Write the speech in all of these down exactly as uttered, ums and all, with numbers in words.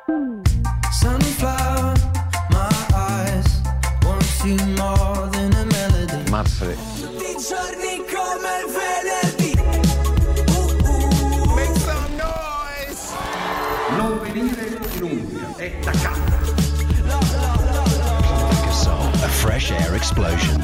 Sunflower, my eyes want you more than a melody. Mazzoli. Tutti i giorni come il venerdì. Uh, uh. Make some noise. Non venire in Umbria è taccato. A fresh air explosion.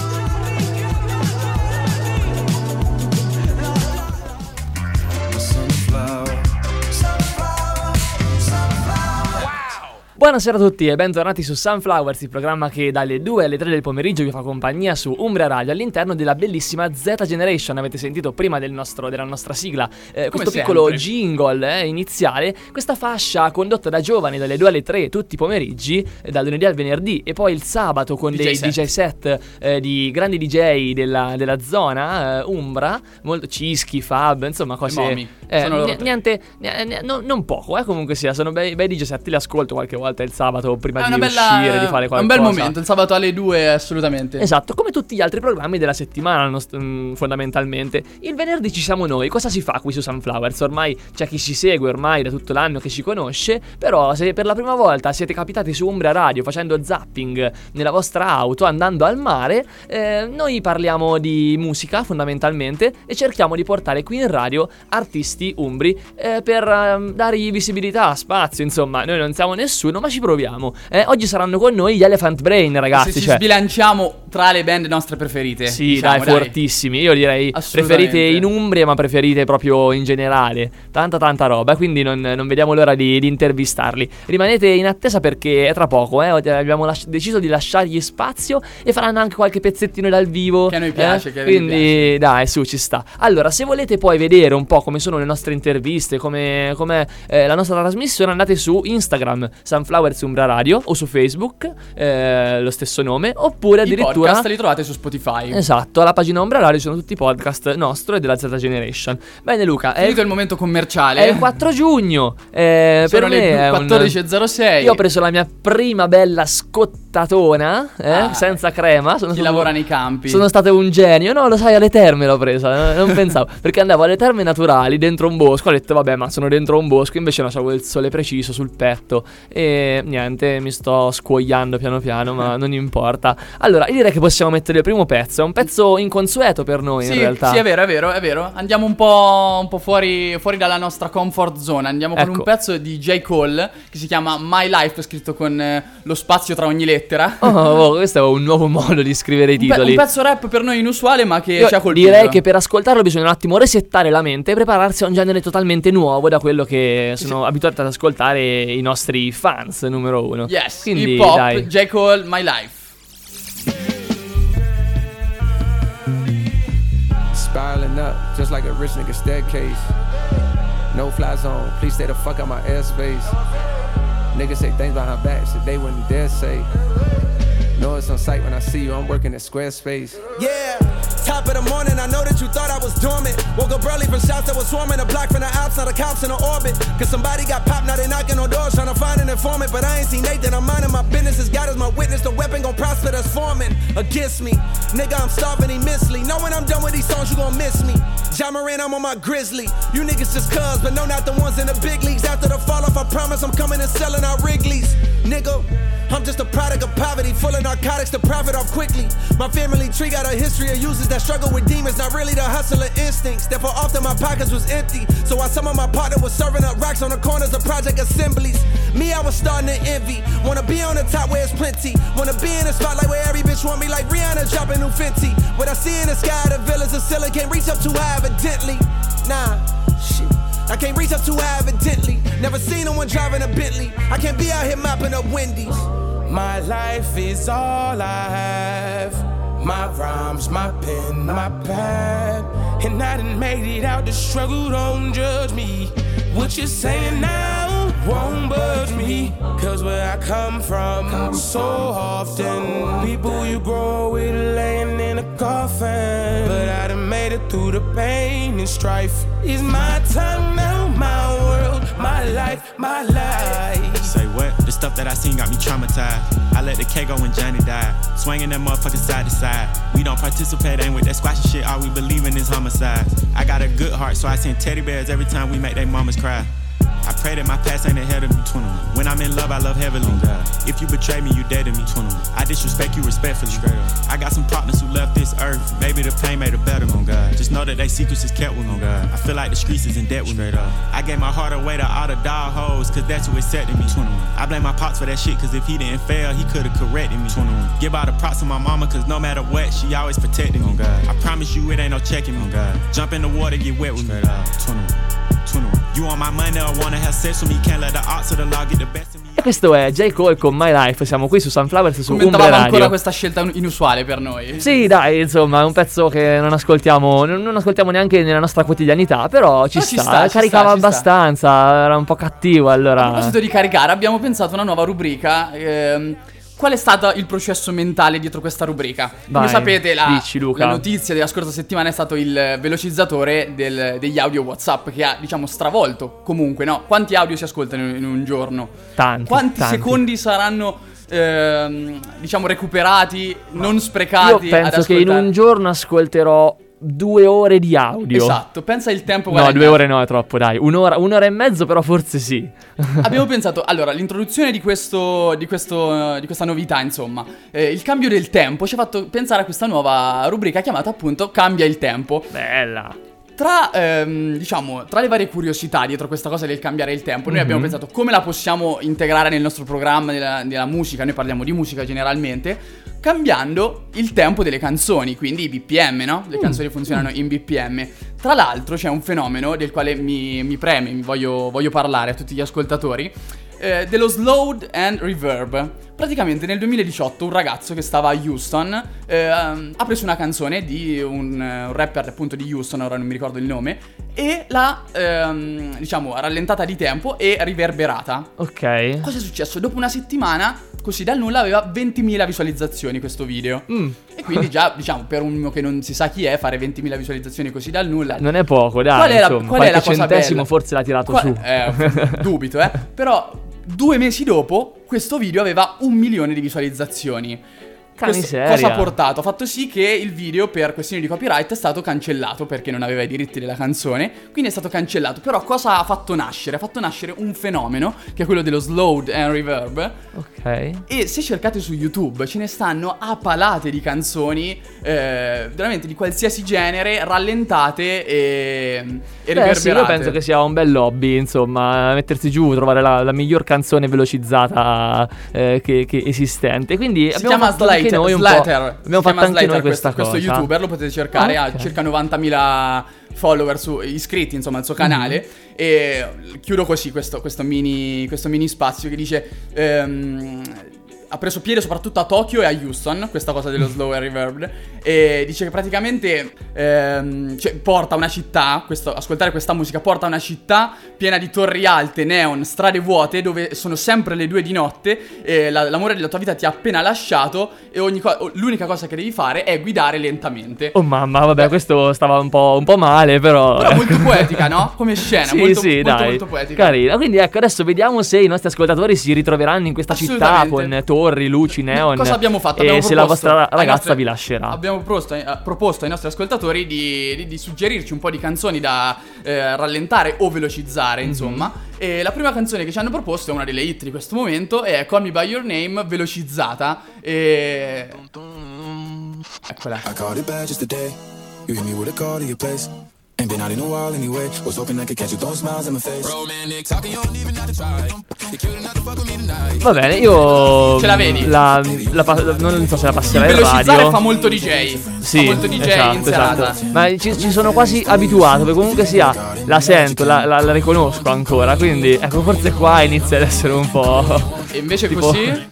Buonasera a tutti e bentornati su Sunflowers, il programma che dalle due alle tre del pomeriggio vi fa compagnia su Umbria Radio all'interno della bellissima Z Generation. Avete sentito prima del nostro, della nostra sigla eh, questo sempre. piccolo jingle eh, iniziale, questa fascia condotta da giovani dalle due alle tre tutti i pomeriggi, eh, dal lunedì al venerdì, e poi il sabato con D J dei set. D J set eh, di grandi D J della, della zona eh, Umbra, molto Cischi, Fab, insomma cose Momi. eh, Sono loro n- tre. niente, n- n- non, non poco, eh, comunque sia, sono bei, bei D J set, li ascolto qualche volta il sabato prima È di una bella, uscire, di fare qualcosa. un bel momento, il sabato alle due assolutamente. Esatto, come tutti gli altri programmi della settimana nost- mh, fondamentalmente. Il venerdì ci siamo noi. Cosa si fa qui su Sunflowers? Ormai c'è chi ci segue ormai da tutto l'anno, che ci conosce. Però se per la prima volta siete capitati su Umbria Radio facendo zapping nella vostra auto, andando al mare, eh, noi parliamo di musica fondamentalmente e cerchiamo di portare qui in radio artisti umbri eh, per eh, dargli visibilità, spazio. Insomma, noi non siamo nessuno, ma ci proviamo. Eh, oggi saranno con noi gli Elephant Brain, ragazzi. Se ci cioè, sbilanciamo tra le band nostre preferite. sì, diciamo, dai, fortissimi. Io direi Assolutamente. preferite in Umbria, ma preferite proprio in generale. Tanta tanta roba, quindi non, non vediamo l'ora di, di intervistarli. Rimanete in attesa perché tra poco eh, abbiamo las- deciso di lasciargli spazio e faranno anche qualche pezzettino dal vivo. Che a noi piace, eh? che a noi Quindi piace. dai, su, ci sta. Allora, se volete poi vedere un po' come sono le nostre interviste, come com'è, eh, la nostra trasmissione, andate su Instagram, Sunflowers Umbria Radio, o su Facebook, eh, lo stesso nome, oppure I addirittura podcast li trovate su Spotify. esatto, alla pagina Umbria Radio ci sono tutti i podcast nostro e della Z Generation. Bene Luca, è, Finito il momento commerciale. è il quattro giugno, eh, Sono per me le è un- quattordici e zero sei. Io ho preso la mia prima bella scottatona eh, Ah, senza crema. Sono Chi stato- lavora nei campi. Sono stato un genio. No, lo sai, alle terme l'ho presa. eh, Non pensavo. Perché andavo alle terme naturali dentro un bosco. Ho detto, vabbè, ma sono dentro un bosco. Invece no, c'avevo il sole preciso sul petto. E niente, mi sto scuoiando piano piano, ma non importa. Allora, io direi che possiamo mettere il primo pezzo. È un pezzo inconsueto per noi, Sì, in realtà. sì, è vero, è vero, è vero. Andiamo un po', un po' fuori, fuori dalla nostra comfort zone. Andiamo con Ecco. un pezzo di J. Cole che si chiama My Life, scritto con eh, lo spazio tra ogni lettera. Oh, oh, questo è un nuovo modo di scrivere i Un pe- titoli. un pezzo rap per noi inusuale, ma che Io ci ha colpito. direi che per ascoltarlo bisogna un attimo resettare la mente e prepararsi a un genere totalmente nuovo da quello che sono abituati ad ascoltare i nostri fans numero uno. Yes, Quindi hip hop, dai. J. Cole, My Life. Spiraling up just like a rich nigga staircase. No fly zone, please stay the fuck out my airspace. Niggas say things behind backs that they wouldn't dare say. Know it's on sight when I see you, I'm working at Squarespace. Yeah, top of the morning, I know that you thought I was dormant. Woke up early from shots that was swarming. A block from the ops, now the cops in the orbit. Cause somebody got popped, now they knocking on doors trying to find an informant. But I ain't seen Nathan, I'm minding my business. As God is my witness, the weapon gon' prosper that's forming against me. Nigga, I'm starving immensely. Know when I'm done with these songs, you gon' miss me. Ja Morant, I'm on my grizzly. You niggas just cuz, but no, not the ones in the big leagues. After the fall off, I promise I'm coming and selling out Wrigley's. Nigga, I'm just a product of poverty, full of narcotics to profit off quickly. My family tree got a history of users that struggle with demons, not really the hustler instincts. Therefore often my pockets was empty. So while some of my partner was serving up racks on the corners of project assemblies, me, I was starting to envy. Wanna be on the top where it's plenty. Wanna be in the spotlight where every bitch want me, like Rihanna dropping new Fenty. What I see in the sky, the villas of ceiling can't reach up too high evidently. Nah, shit, I can't reach up too high evidently. Never seen no one driving a Bentley. I can't be out here mopping up Wendy's. My life is all I have. My rhymes, my pen, my pad. And I done made it out the struggle, don't judge me. What you're saying now won't budge me. Cause where I come from, so often people you grow with laying in a coffin. But I done made it through the pain and strife. It's my time now, my world, my life, my life. Say what? The stuff that I seen got me traumatized. I let the K go when Johnny died. Swinging that motherfucker side to side. We don't participate, ain't with that squashy shit. All we believe in is homicide. I got a good heart, so I send teddy bears every time we make they mamas cry. I pray that my past ain't ahead of me. twenty-one. When I'm in love, I love heavily. Oh God. If you betray me, you dead to me. twenty-one. I disrespect you respectfully. Straight up. I got some partners who left this earth. Maybe the pain made it better. Oh God. Just know that they secrets is kept with me. Oh God. I feel like the streets is in debt with Straight me. Up. I gave my heart away to all the dog hoes, cause that's who accepted me. twenty-one. I blame my pops for that shit, cause if he didn't fail, he could've corrected me. twenty-one. Give all the props to my mama, cause no matter what, she always protected me. Oh God. I promise you it ain't no checking me. Oh God. Jump in the water, get wet with Straight me. twenty-one. twenty-one. You on my money or wanna have sex with me? Can't let the odds of the law get the best of me. E questo è J. Cole con My Life. Siamo qui su Sunflowers su Umbria Commentavamo Radio. ancora questa scelta inusuale per noi. Sì, dai, insomma, è un pezzo che non ascoltiamo, non, non ascoltiamo neanche nella nostra quotidianità, però ci Però ci sta, sta, ci caricava sta, ci sta. abbastanza, era un po' cattivo, A allora. proposito di caricare, abbiamo pensato a una nuova rubrica. ehm, Qual è stato il processo mentale dietro questa rubrica? Come Vai, sapete, la, dici, Luca. la notizia della scorsa settimana è stato il velocizzatore del- degli audio WhatsApp, che ha, diciamo, stravolto comunque, no? Quanti audio si ascoltano in, in un giorno? Tanti, Quanti tanti. secondi saranno, ehm, diciamo, recuperati, non sprecati? Io penso ad che in ascoltare? un giorno ascolterò due ore di audio. Esatto, pensa il tempo No, guadagnato. due ore no, è troppo, dai. Un'ora, un'ora e mezzo, però forse sì. Abbiamo pensato, allora, l'introduzione di questo, di questo, eh, di questa novità, insomma, eh, il cambio del tempo ci ha fatto pensare a questa nuova rubrica chiamata appunto Cambia il tempo. Bella. Tra, ehm, diciamo, tra le varie curiosità dietro questa cosa del cambiare il tempo, noi Mhm. abbiamo pensato come la possiamo integrare nel nostro programma, nella, nella musica, noi parliamo di musica generalmente, cambiando il tempo delle canzoni, quindi i B P M, no? Le canzoni funzionano in B P M. Tra l'altro c'è un fenomeno del quale mi, mi preme, mi voglio, voglio parlare a tutti gli ascoltatori, eh, dello slowed and reverb. Praticamente nel duemiladiciotto un ragazzo che stava a Houston eh, ha preso una canzone di un, eh, un rapper appunto di Houston, ora non mi ricordo il nome, e l'ha ehm, diciamo rallentata di tempo e riverberata. Ok. Cosa è successo? Dopo una settimana, così dal nulla, aveva ventimila visualizzazioni questo video. Mm. E quindi già, diciamo, per uno che non si sa chi è, fare ventimila visualizzazioni così dal nulla. Non è poco, dai. Qual è la- insomma, qual è la qualche cosa centesimo bella? forse l'ha tirato Qua- su. eh, dubito, eh. Però due mesi dopo questo video aveva un milione di visualizzazioni. Questo miseria. cosa ha portato? Ha fatto sì che il video, per questioni di copyright, è stato cancellato perché non aveva i diritti della canzone. Quindi è stato cancellato. Però cosa ha fatto nascere? Ha fatto nascere un fenomeno che è quello dello slowed and reverb. Ok. E se cercate su YouTube ce ne stanno a palate di canzoni eh, veramente di qualsiasi genere, rallentate e, e Beh, sì, io riverberate. penso che sia un bel hobby, insomma, mettersi giù, trovare la, la miglior canzone velocizzata eh, che, che esistente. Quindi Si abbiamo chiama fatto anche Slater, noi un Slater. po'. Abbiamo Si fatto chiama anche Slater noi questa questo, cosa. questo youtuber lo potete cercare, Ah, ha ok. circa novantamila follower su, iscritti insomma al suo canale. E chiudo così questo, questo, mini, questo mini spazio che dice ehm, ha preso piede soprattutto a Tokyo e a Houston, questa cosa dello slow and reverb. E dice che praticamente ehm, cioè, porta una città, questo, ascoltare questa musica porta una città piena di torri alte, neon, strade vuote, dove sono sempre le due di notte, e la- l'amore della tua vita ti ha appena lasciato e ogni co- l'unica cosa che devi fare è guidare lentamente. Oh mamma, vabbè, questo stava un po', un po' male, però. Però molto poetica, no? Come scena, Sì, molto, sì, molto, dai. molto poetica. Carina. Quindi ecco, adesso vediamo se i nostri ascoltatori si ritroveranno in questa città Assolutamente. con torri, luci, neon. Cosa abbiamo fatto? E Abbiamo se la proposto vostra ai ragazza nostri- vi lascerà. Abbiamo proposto, eh, proposto ai nostri ascoltatori di, di- di suggerirci un po' di canzoni da eh, rallentare o velocizzare, Mhm. insomma. E la prima canzone che ci hanno proposto è una delle hit di questo momento, è Call Me By Your Name velocizzata. E... Eccola. I called it bad just today. You hit me with a call to your place. Ain't been out in a while anyway. Was hoping I could catch you throwing smiles in my face. Romantic talking, you don't even have to try. You're cute enough to fuck with me tonight. Va bene, io. Ce la vedi? La, la pa- non so se la Il passerai in velocizzare radio. fa molto D J. Sì, fa molto D J esatto, in serata. esatto. Ma ci, ci sono quasi abituato, perché comunque sia, la sento, la, la- la riconosco ancora. Quindi, ecco, forse qua inizia ad essere un po'. E invece tipo- così?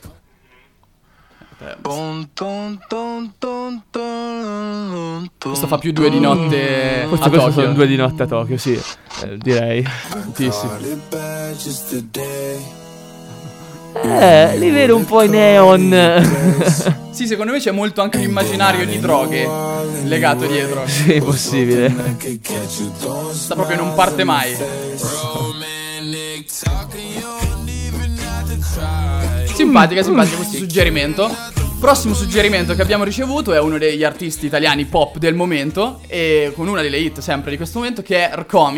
Questo fa più due di notte Forse a questi Tokyo. sono due di notte a Tokyo, sì. Eh, direi. Tantissimo. Called it bad just today. Eh, li vedo un po' i neon. Sì, secondo me c'è molto anche l'immaginario di droghe legato dietro. Sì, possibile. I could catch you throwing Sta proprio non parte mai. romantic talking, you don't even have to try. Simpatica, simpatica questo suggerimento. Prossimo suggerimento che abbiamo ricevuto è uno degli artisti italiani pop del momento, e con una delle hit sempre di questo momento, che è Rkomi.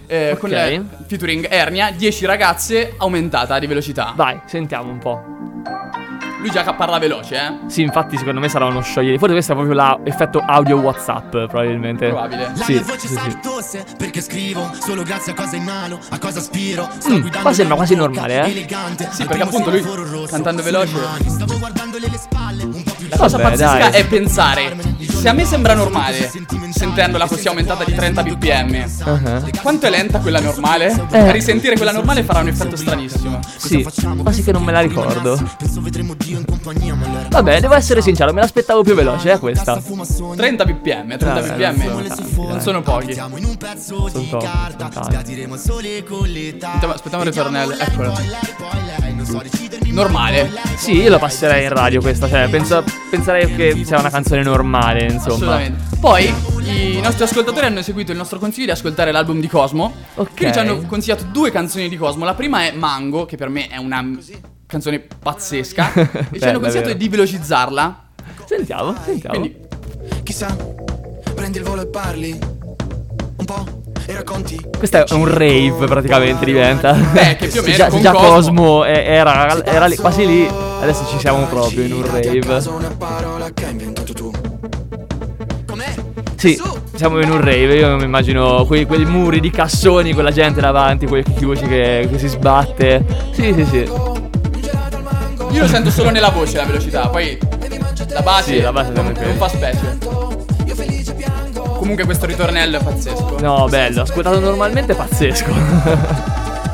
eh, Ok. con le featuring Ernia, dieci ragazze aumentata di velocità. Vai, sentiamo un po'. Lui già parla veloce, eh? Sì, infatti secondo me sarà uno sciogliere. Forse questo è proprio l'effetto audio WhatsApp, probabilmente. Probabile. Sì, sì, sì. tosse perché scrivo solo grazie a cosa inalo, a cosa aspiro. Mm, qua sembra quasi normale, eh? Elegante. Sì, perché appunto lui cantando veloce. Stavo guardandole le spalle, un po' più La cosa Vabbè, pazzesca dai. è pensare, se a me sembra normale, sentendola così aumentata di trenta bpm, Uh-huh. quanto è lenta quella normale? Eh. A risentire quella normale farà un effetto stranissimo. Sì, quasi che non me la ricordo. penso vedremo Dio in compagnia, ma allora Vabbè, devo essere sincero, me l'aspettavo più veloce, eh, questa. trenta bpm, trenta Vabbè, bpm non sono tanti, non dai. sono pochi. in un pezzo Sono di pochi, carta, sono tanti. sgatiremo il sole con l'età. Aspettiamo, aspettiamo il ritornello, eccolo. Poi lei, non so decidermi. Normale, Sì, io lo passerei in radio questa, cioè penso, penserei che sia una canzone normale, insomma. assolutamente. Poi i nostri ascoltatori hanno seguito il nostro consiglio di ascoltare l'album di Cosmo. Ok. Quindi ci hanno consigliato due canzoni di Cosmo. La prima è Mango, che per me è una canzone pazzesca. E ci Bella, hanno consigliato vero. di velocizzarla. Sentiamo, sentiamo. Quindi Chissà, prendi il volo e parli un po' e racconti. Questo è un rave praticamente diventa. Beh, che più o meno già, con già Cosmo. Cosmo eh, era, era lì, quasi lì. Adesso ci siamo proprio in un rave. Una parola che hai inventato tu. Com'è? Sì, siamo in un rave. Io mi immagino quei, quei muri di cassoni con la gente davanti, quei chiusi che, che si sbatte. Sì, sì, sì. io lo sento solo nella voce la velocità. Poi la base, Sì, la base non, sempre non fa specie. Comunque questo ritornello è pazzesco. No, bello, ascoltato normalmente è pazzesco.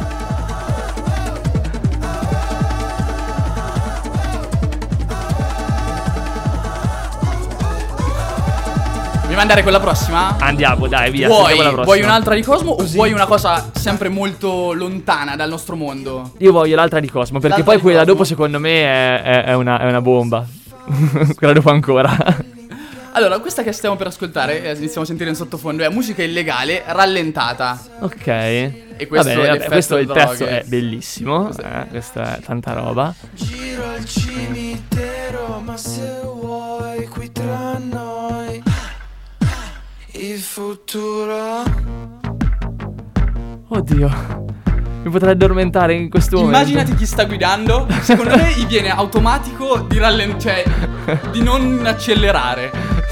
Mi mandare quella prossima? Andiamo, dai, via. Vuoi, sentiamo la prossima. vuoi un'altra di Cosmo o vuoi una cosa sempre molto lontana dal nostro mondo? Io voglio l'altra di Cosmo, perché L'altra poi di quella Cosmo? dopo secondo me è, è- è una, è una bomba. Quella dopo ancora. Allora, questa che stiamo per ascoltare, eh, iniziamo a sentire in sottofondo, è musica illegale rallentata. Ok. E Va questo bene, è vabbè, l'effetto questo il droghe. pezzo è bellissimo. Eh, questa è tanta roba. Giro al cimitero, ma se vuoi qui tra noi il futuro. Oddio. Mi potrei addormentare in questo momento. Immaginati chi sta guidando, secondo me gli viene automatico di rallentare, cioè di non accelerare.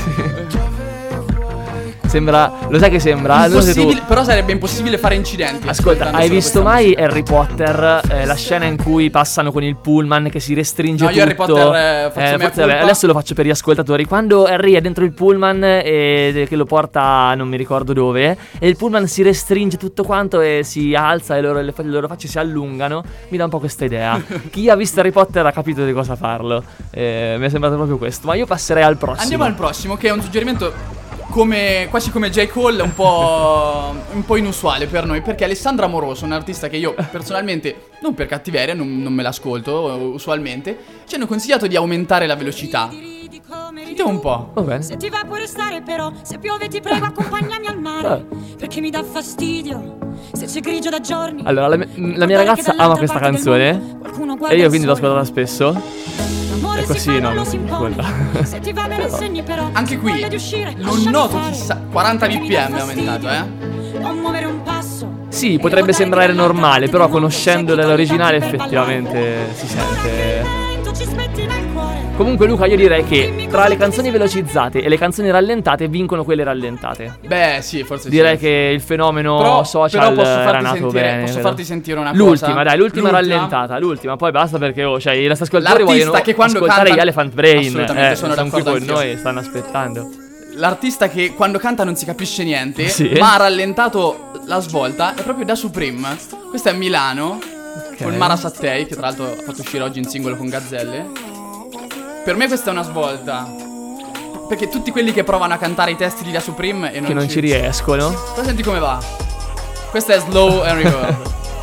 Sembra. Lo sai che sembra? Non so se tu- Impossibile, però sarebbe impossibile fare incidenti. Ascolta, ascoltando hai solo visto questa mai musica. Harry Potter? eh, la scena in cui passano con il pullman che si restringe No, tutto. io Harry Potter, eh, faccio mea forse, vabbè, colpa. adesso lo faccio per gli ascoltatori. Quando Harry è dentro il pullman e che lo porta non mi ricordo dove, e il pullman si restringe tutto quanto e si alza e loro, le, le loro facce si allungano, mi dà un po' questa idea. Chi ha visto Harry Potter ha capito di cosa parlo. Eh, mi è sembrato proprio questo. Ma io passerei al prossimo. Andiamo al prossimo, che è un suggerimento come quasi come J. Cole, un po', un po' inusuale per noi, perché Alessandra Moroso, un artista che io personalmente, non per cattiveria, non, non me l'ascolto usualmente, ci hanno consigliato di aumentare la velocità. Sentiamo un po'. Va bene. Se ti va pure stare però, se piove ti prego accompagnami al mare, perché mi dà fastidio se c'è grigio da giorni. Allora, la, mia- la mia ragazza ama questa canzone e io quindi l'ho ascoltata spesso. E così no, non si ascolta. Se ti va me lo insegni però. Anche qui voglia di uscire, non lasciami noto fare, chissà, quaranta perché mi dà bpm è aumentato, fastidio eh. non muovere un passo. Sì, potrebbe sembrare normale, però conoscendo l'originale effettivamente si sente. Tu ci spetti nel cuore. Comunque Luca, io direi che tra le canzoni velocizzate e le canzoni rallentate vincono quelle rallentate. Beh, sì, forse Direi sì. che il fenomeno Però- social però posso era farti nato sentire- bene. posso vero? farti sentire una L'ultima, cosa? dai, l'ultima, L'ultima. rallentata, l'ultima, poi basta perché oh, cioè, i nostri ascoltatori L'artista vogliono che quando ascoltare canta- gli Elephant Brain. Assolutamente, eh, sono sono qui d'accordo con anch'io. noi, stanno aspettando. L'artista che quando canta non si capisce niente, Sì. ma ha rallentato la svolta, è proprio da Supreme. Questo è a Milano, con Mara Sattei, che tra l'altro ha fatto uscire oggi in singolo con Gazzelle. Per me questa è una svolta, perché tutti quelli che provano a cantare i testi di Da Supreme e non Che non ci riescono. Però senti come va. Questa è Slow and Record.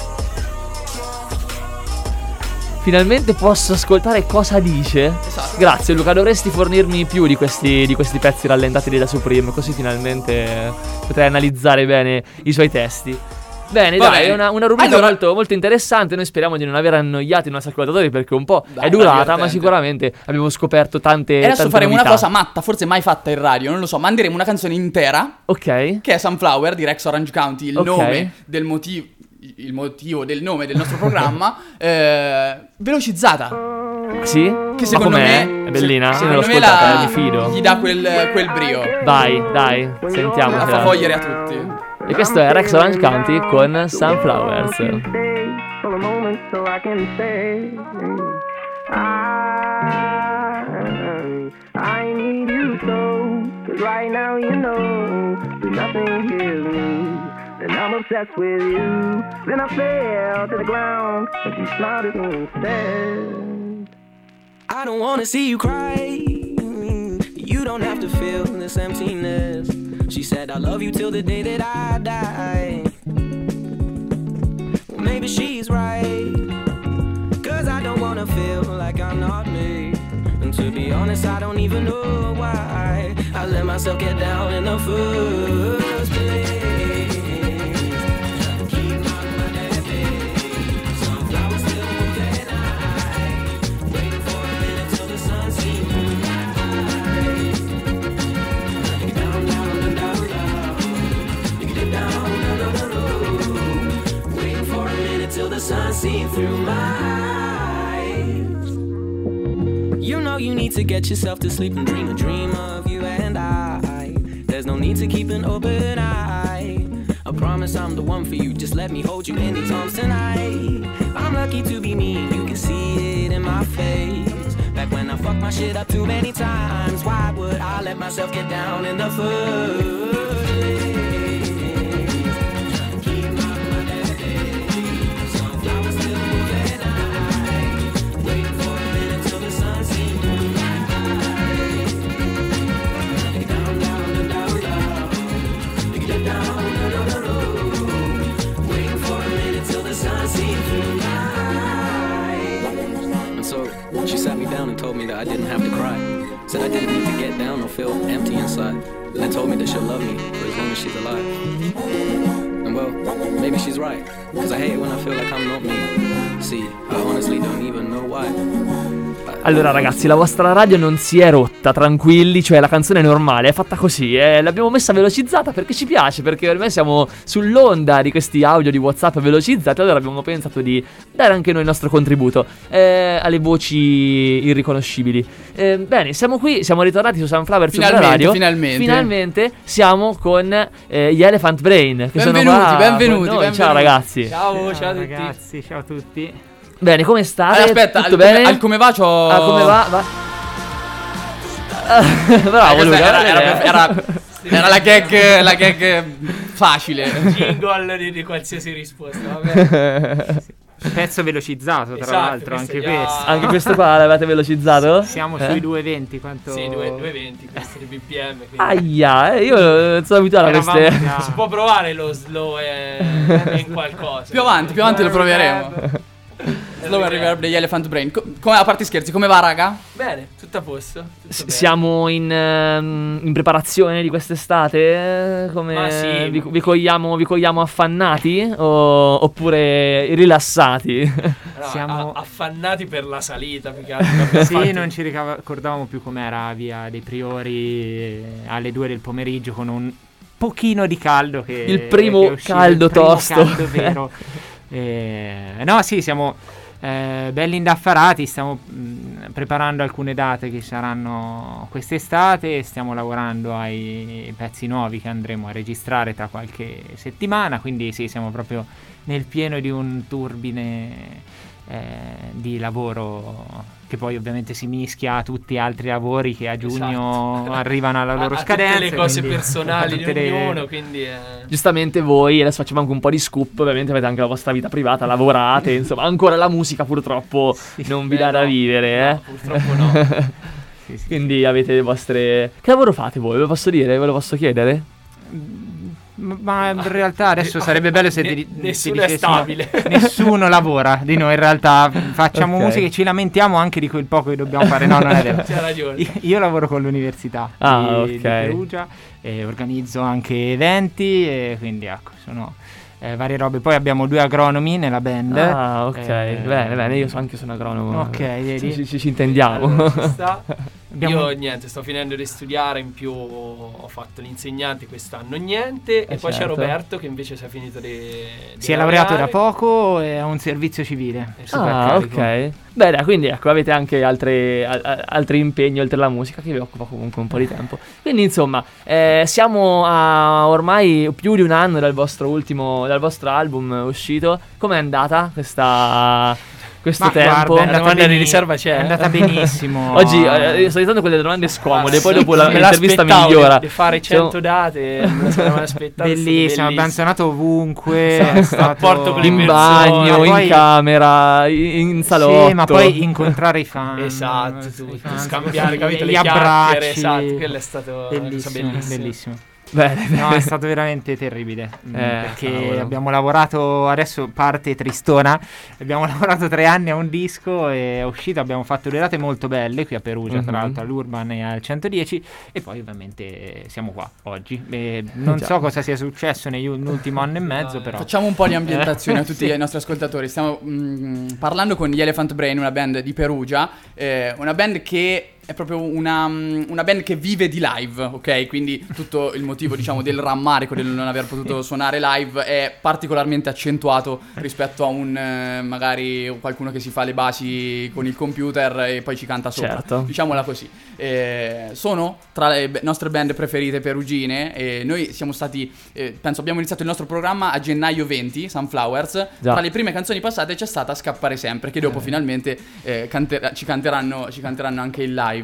Finalmente posso ascoltare cosa dice. Esatto. Grazie Luca, dovresti fornirmi più di questi, di questi pezzi rallentati di Da Supreme, così finalmente potrei analizzare bene i suoi testi. Bene, Va dai, bene. è una, una rubrica Allora- molto, molto interessante. Noi speriamo di non aver annoiato i nostri ascoltatori, perché un po' Dai, è ma durata, divertente. ma sicuramente abbiamo scoperto tante, E adesso tante faremo una novità. cosa matta, forse mai fatta in radio, non lo so. Manderemo una canzone intera, Ok. che è Sunflower di Rex Orange County, il Ok. nome del motivo, il motivo del nome del nostro programma, eh, velocizzata. Sì? Che Ma secondo com'è? me È bellina? se- Io non l'ho secondo me ascoltata, la- eh, mi fido. gli dà quel, quel brio. Vai, dai, La sentiamo. fa vogliere a tutti. E questo è Rex Orange County con Sunflowers. For a moment so I can say I, I need you so, cause right now you know that nothing heals me, and I'm obsessed with you. Then I fell to the ground and she smiled at me instead. I don't wanna see you cry. You don't have to feel this emptiness. She said I love you till the day that I die. Well, maybe she's right, cause I don't wanna feel like I'm not me. And to be honest, I don't even know why I let myself get down in the first place. Till the sun sees through my eyes. You know you need to get yourself to sleep and dream a dream of you and I. There's no need to keep an open eye. I promise I'm the one for you, just let me hold you any times tonight. I'm lucky to be me, you can see it in my face. Back when I fucked my shit up too many times, why would I let myself get down in the first place? She sat me down and told me that I didn't have to cry. Said I didn't need to get down or feel empty inside. And then told me that she'll love me for as long as she's alive. And well, maybe she's right, cause I hate it when I feel like I'm not me. See, I honestly don't even know why. Allora ragazzi, la vostra radio non si è rotta, tranquilli, cioè la canzone è normale, è fatta così, eh, l'abbiamo messa velocizzata perché ci piace, perché ormai siamo sull'onda di questi audio di WhatsApp velocizzati, allora abbiamo pensato di dare anche noi il nostro contributo eh, alle voci irriconoscibili. Eh, bene, siamo qui, siamo ritornati su Sunflower sulla Finalmente, radio. finalmente. Finalmente siamo con eh, gli Elephant Brain, che Benvenuti, sono qua benvenuti, con noi. benvenuti. Ciao ragazzi. Ciao, ciao a tutti. Ragazzi, ciao a tutti. Bene, come state? Allora, aspetta, Tutto al bene? come, al come va c'ho... Ah, come va? va? Bravo, Eh, Luca. era, era- era, era, era la gag, la gag facile. Jingle di, di qualsiasi risposta, vabbè. Pezzo velocizzato, tra Esatto, l'altro, questo anche già- questo. Anche questo qua l'avete velocizzato? Siamo Eh? sui due venti, quanto... Sì, due venti, questo di B P M. quindi- Aia, eh, io non sono abituato a Eravamo queste. già- Si può provare lo slow e, e in qualcosa. Più avanti, più avanti lo proveremo. Slow and reverb degli Elephant Brain. Co- come, a parte scherzi, come va, raga? Bene, tutto a posto. tutto S- bene. Siamo in, ehm, in preparazione di quest'estate? Eh, Come Ma sì. vi, vi cogliamo, vi cogliamo affannati o- oppure rilassati? No, siamo- a- affannati per la salita, più che altro. Abbiamo Sì, fatto- non ci ricordavamo più com'era via dei Priori eh, alle due del pomeriggio con un pochino di caldo che Il primo che è uscito, caldo il primo tosto. caldo vero. Eh, no, sì, siamo eh, belli indaffarati, stiamo mh, preparando alcune date che saranno quest'estate e stiamo lavorando ai pezzi nuovi che andremo a registrare tra qualche settimana, quindi sì, siamo proprio nel pieno di un turbine eh, di lavoro che poi ovviamente si mischia a tutti gli altri lavori che a giugno Esatto. arrivano alla loro a, a scadenza. tutte le cose quindi- personali a di tutte le- ognuno, quindi eh. Giustamente voi, adesso facciamo anche un po' di scoop, ovviamente avete anche la vostra vita privata, lavorate, insomma, ancora la musica purtroppo non vi Eh, dà da no. vivere, eh. No, purtroppo no. Sì, sì. Quindi avete le vostre... Che lavoro fate voi? Ve lo posso dire? Ve lo posso chiedere? Ma ma in realtà adesso sarebbe bello se Ne- di- si nessuno è dicessimo- stabile. Nessuno lavora di noi in realtà. Facciamo Ok. musica e ci lamentiamo anche di quel poco che dobbiamo fare. No, non è vero. C'ha ragione. Io, io lavoro con l'università Ah, di, ok. di Perugia e organizzo anche eventi e quindi ecco, sono eh, varie robe. Poi abbiamo due agronomi nella band. Ah, ok, eh, bene, bene, io so, anche sono agronomo. Ok, vedi? Ci, ci, ci intendiamo. Allora, ci sta. Abbiamo- Io niente, sto finendo di studiare, in più ho fatto l'insegnante quest'anno, niente. Eh, e poi c'è certo. Roberto che invece si è finito di, di Si è laureato da laureare. poco e ha un servizio civile. super Ah, carico. ok. Bene, quindi ecco, avete anche altre, a- a- altri impegni oltre alla musica che vi occupa comunque un po' di tempo. Quindi insomma, eh, siamo a ormai più di un anno dal vostro ultimo, dal vostro album uscito. Com'è andata questa... questo Ma tempo? guarda, è La andata domanda di beni- riserva c'è. È andata benissimo. Oggi eh, sto aiutando quelle domande scomode, poi dopo la, Me l'intervista l'aspettavo migliora. di, di fare cento date, me la sarei mai aspettato. Bellissimo, abbiamo suonato ovunque. Esatto, è stato- rapporto con le In persone. bagno, Ma in poi- camera, in, in salotto. Sì, ma poi incontrare i fan. Esatto, i tu, fan, scambiare, capito, gli le chiacchiere, abbracci. esatto, quello è stato una cosa bellissimo, bellissima. bellissimo. Bene, No, bene. è stato veramente terribile. mm, Eh, perché cavolo. abbiamo lavorato, adesso parte tristona. Abbiamo lavorato tre anni a un disco e è uscito. Abbiamo fatto due date molto belle qui a Perugia, Mhm. tra l'altro all'Urban e al centodieci. E poi ovviamente siamo qua oggi. E non Già. so cosa sia successo negli u- nell'ultimo anno e mezzo, però. Facciamo un po' di ambientazione Eh, a tutti sì. i nostri ascoltatori. Stiamo mm, parlando con gli Elephant Brain, una band di Perugia, eh, una band che è proprio una, mm, una band che vive di live, ok? Quindi tutto il motivo, diciamo, del rammarico del non aver potuto suonare live è particolarmente accentuato rispetto a un eh, magari qualcuno che si fa le basi con il computer e poi ci canta sopra. Certo. Diciamola così. Eh, sono tra le b- nostre band preferite perugine e noi siamo stati, eh, penso abbiamo iniziato il nostro programma a gennaio venti, Sunflowers. Già. Tra le prime canzoni passate c'è stata Scappare Sempre, che dopo finalmente eh, cante- ci, canteranno, ci canteranno anche in live.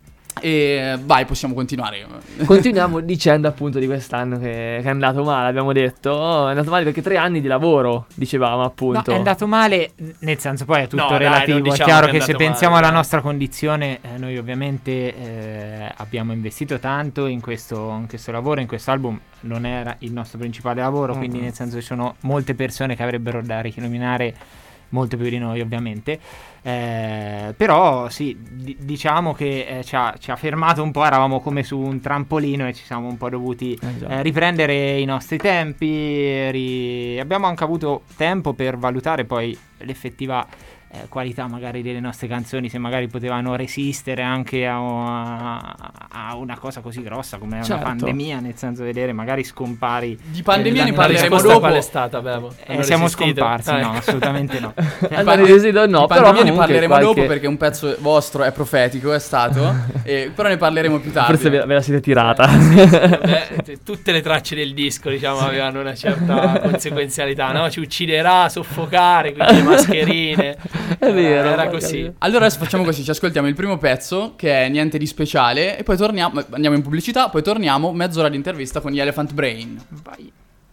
E vai, possiamo continuare. Continuiamo dicendo appunto di quest'anno che, che è andato male, abbiamo detto. Oh, è andato male perché tre anni di lavoro, dicevamo No, appunto. è andato male, nel senso poi è tutto No, dai, relativo. non È diciamo chiaro che è che se andato pensiamo male, alla dai. nostra condizione, eh, noi ovviamente eh, abbiamo investito tanto in questo, in questo lavoro, in questo album. Non era il nostro principale lavoro, Mm-hmm. quindi nel senso ci sono molte persone che avrebbero da riconominare molto più di noi ovviamente. Eh, però sì, di- diciamo che eh, ci, ha, ci ha fermato un po', eravamo come su un trampolino e ci siamo un po' dovuti Eh, già. eh, riprendere i nostri tempi. ri- Abbiamo anche avuto tempo per valutare poi l'effettiva eh, qualità magari delle nostre canzoni, se magari potevano resistere anche a, a- a una cosa così grossa come Certo. una pandemia, nel senso vedere magari scompari. Di pandemia ne Eh, parleremo risposta dopo. qual è stata, Bevo? Eh, Hanno siamo resistito? scomparsi, Ah, no, ecco. assolutamente no. Allora, resido, no, Di però pandemia ne comunque parleremo qualche- dopo perché un pezzo vostro è profetico, è stato. e, però ne parleremo più tardi. Forse ve, ve la siete tirata. Beh, t- tutte le tracce del disco, diciamo, avevano una certa conseguenzialità, no? Ci ucciderà, soffocare, quindi le mascherine. È vero. Era così. Allora adesso facciamo così, ci ascoltiamo il primo pezzo che è Niente di speciale e poi torniamo, andiamo in pubblicità, poi torniamo mezz'ora di intervista con gli Elephant Brain. Vai.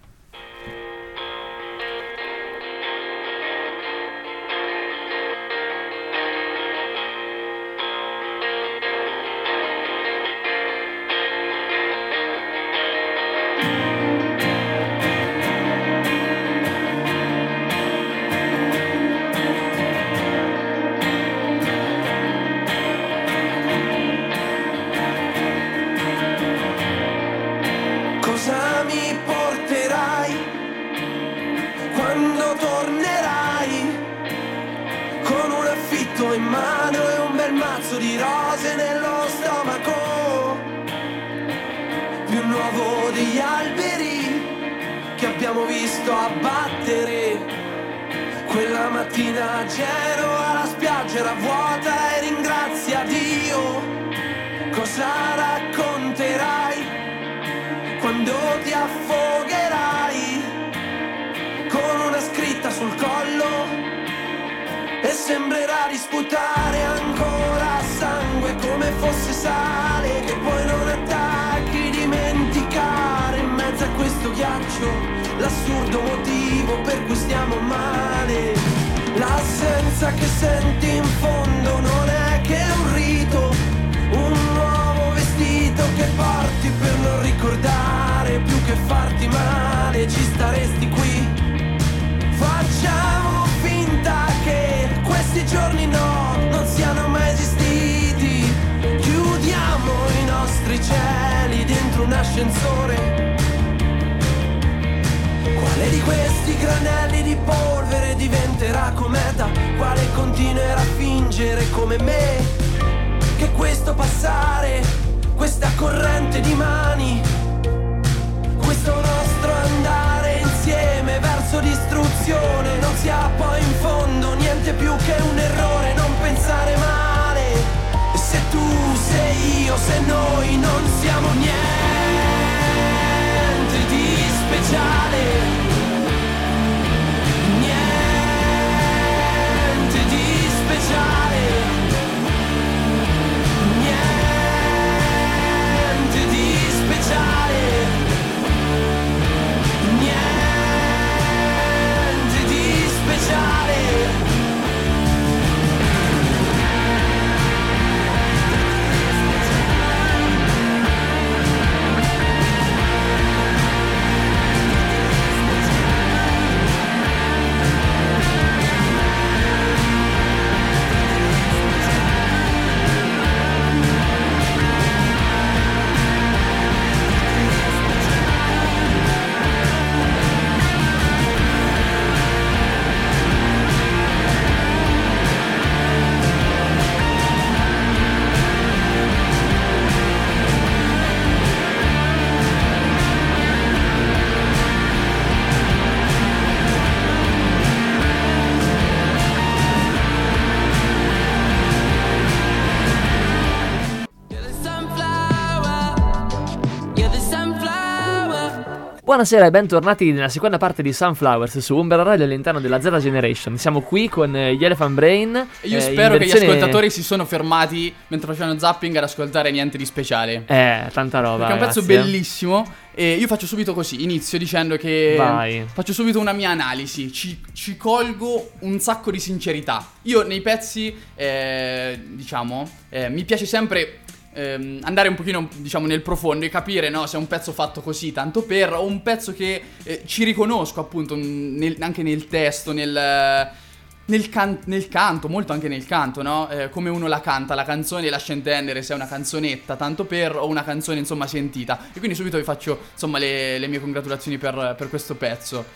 Cosa mi porterai quando tornerai? Con un affitto in mano e un bel mazzo di rose nello stomaco, più nuovo degli alberi che abbiamo visto abbattere. Quella mattina a Genova la spiaggia era vuota e ringrazia Dio. Cosa racconterai quando ti affogherai con una scritta sul collo e sembrerà di sputare ancora sangue come fosse sale che poi non attacchi, dimenticare in mezzo a questo ghiaccio l'assurdo motivo per cui stiamo male. L'assenza che senti in fondo non è che un rito, un nuovo vestito che porti per non ricordare più che farti male. Ci staresti qui? Facciamo finta che questi giorni no, non siano mai esistiti. Chiudiamo i nostri cieli dentro un ascensore. Quale di questi granelli di polvere diventerà cometa, quale continuerà a fingere come me che questo passare, questa corrente di mani, questo nostro andare insieme verso distruzione non sia poi in fondo niente più che un errore, non pensare male. E se tu sei io, se noi non siamo niente di speciale, niente di speciale, niente di speciale, niente di speciale. Buonasera e bentornati nella seconda parte di Sunflowers su Umbra Radio all'interno della Z Generation. Siamo qui con eh, gli Elephant Brain. E io eh, spero versione... che gli ascoltatori si sono fermati mentre facevano zapping ad ascoltare niente di speciale. Eh, tanta roba. Perché è un ragazzi, pezzo bellissimo. E io faccio subito così, inizio dicendo che Vai. faccio subito una mia analisi. Ci, ci colgo un sacco di sincerità. Io nei pezzi, eh, diciamo, eh, mi piace sempre ehm, andare un pochino, diciamo, nel profondo e capire, no, se è un pezzo fatto così tanto per, o un pezzo che eh, ci riconosco appunto nel, anche nel testo, nel... Nel, can- nel canto, molto anche nel canto, no? Eh, come uno la canta, la canzone, lascia intendere se è una canzonetta tanto per o una canzone insomma sentita. E quindi subito vi faccio insomma le, le mie congratulazioni per, per questo pezzo,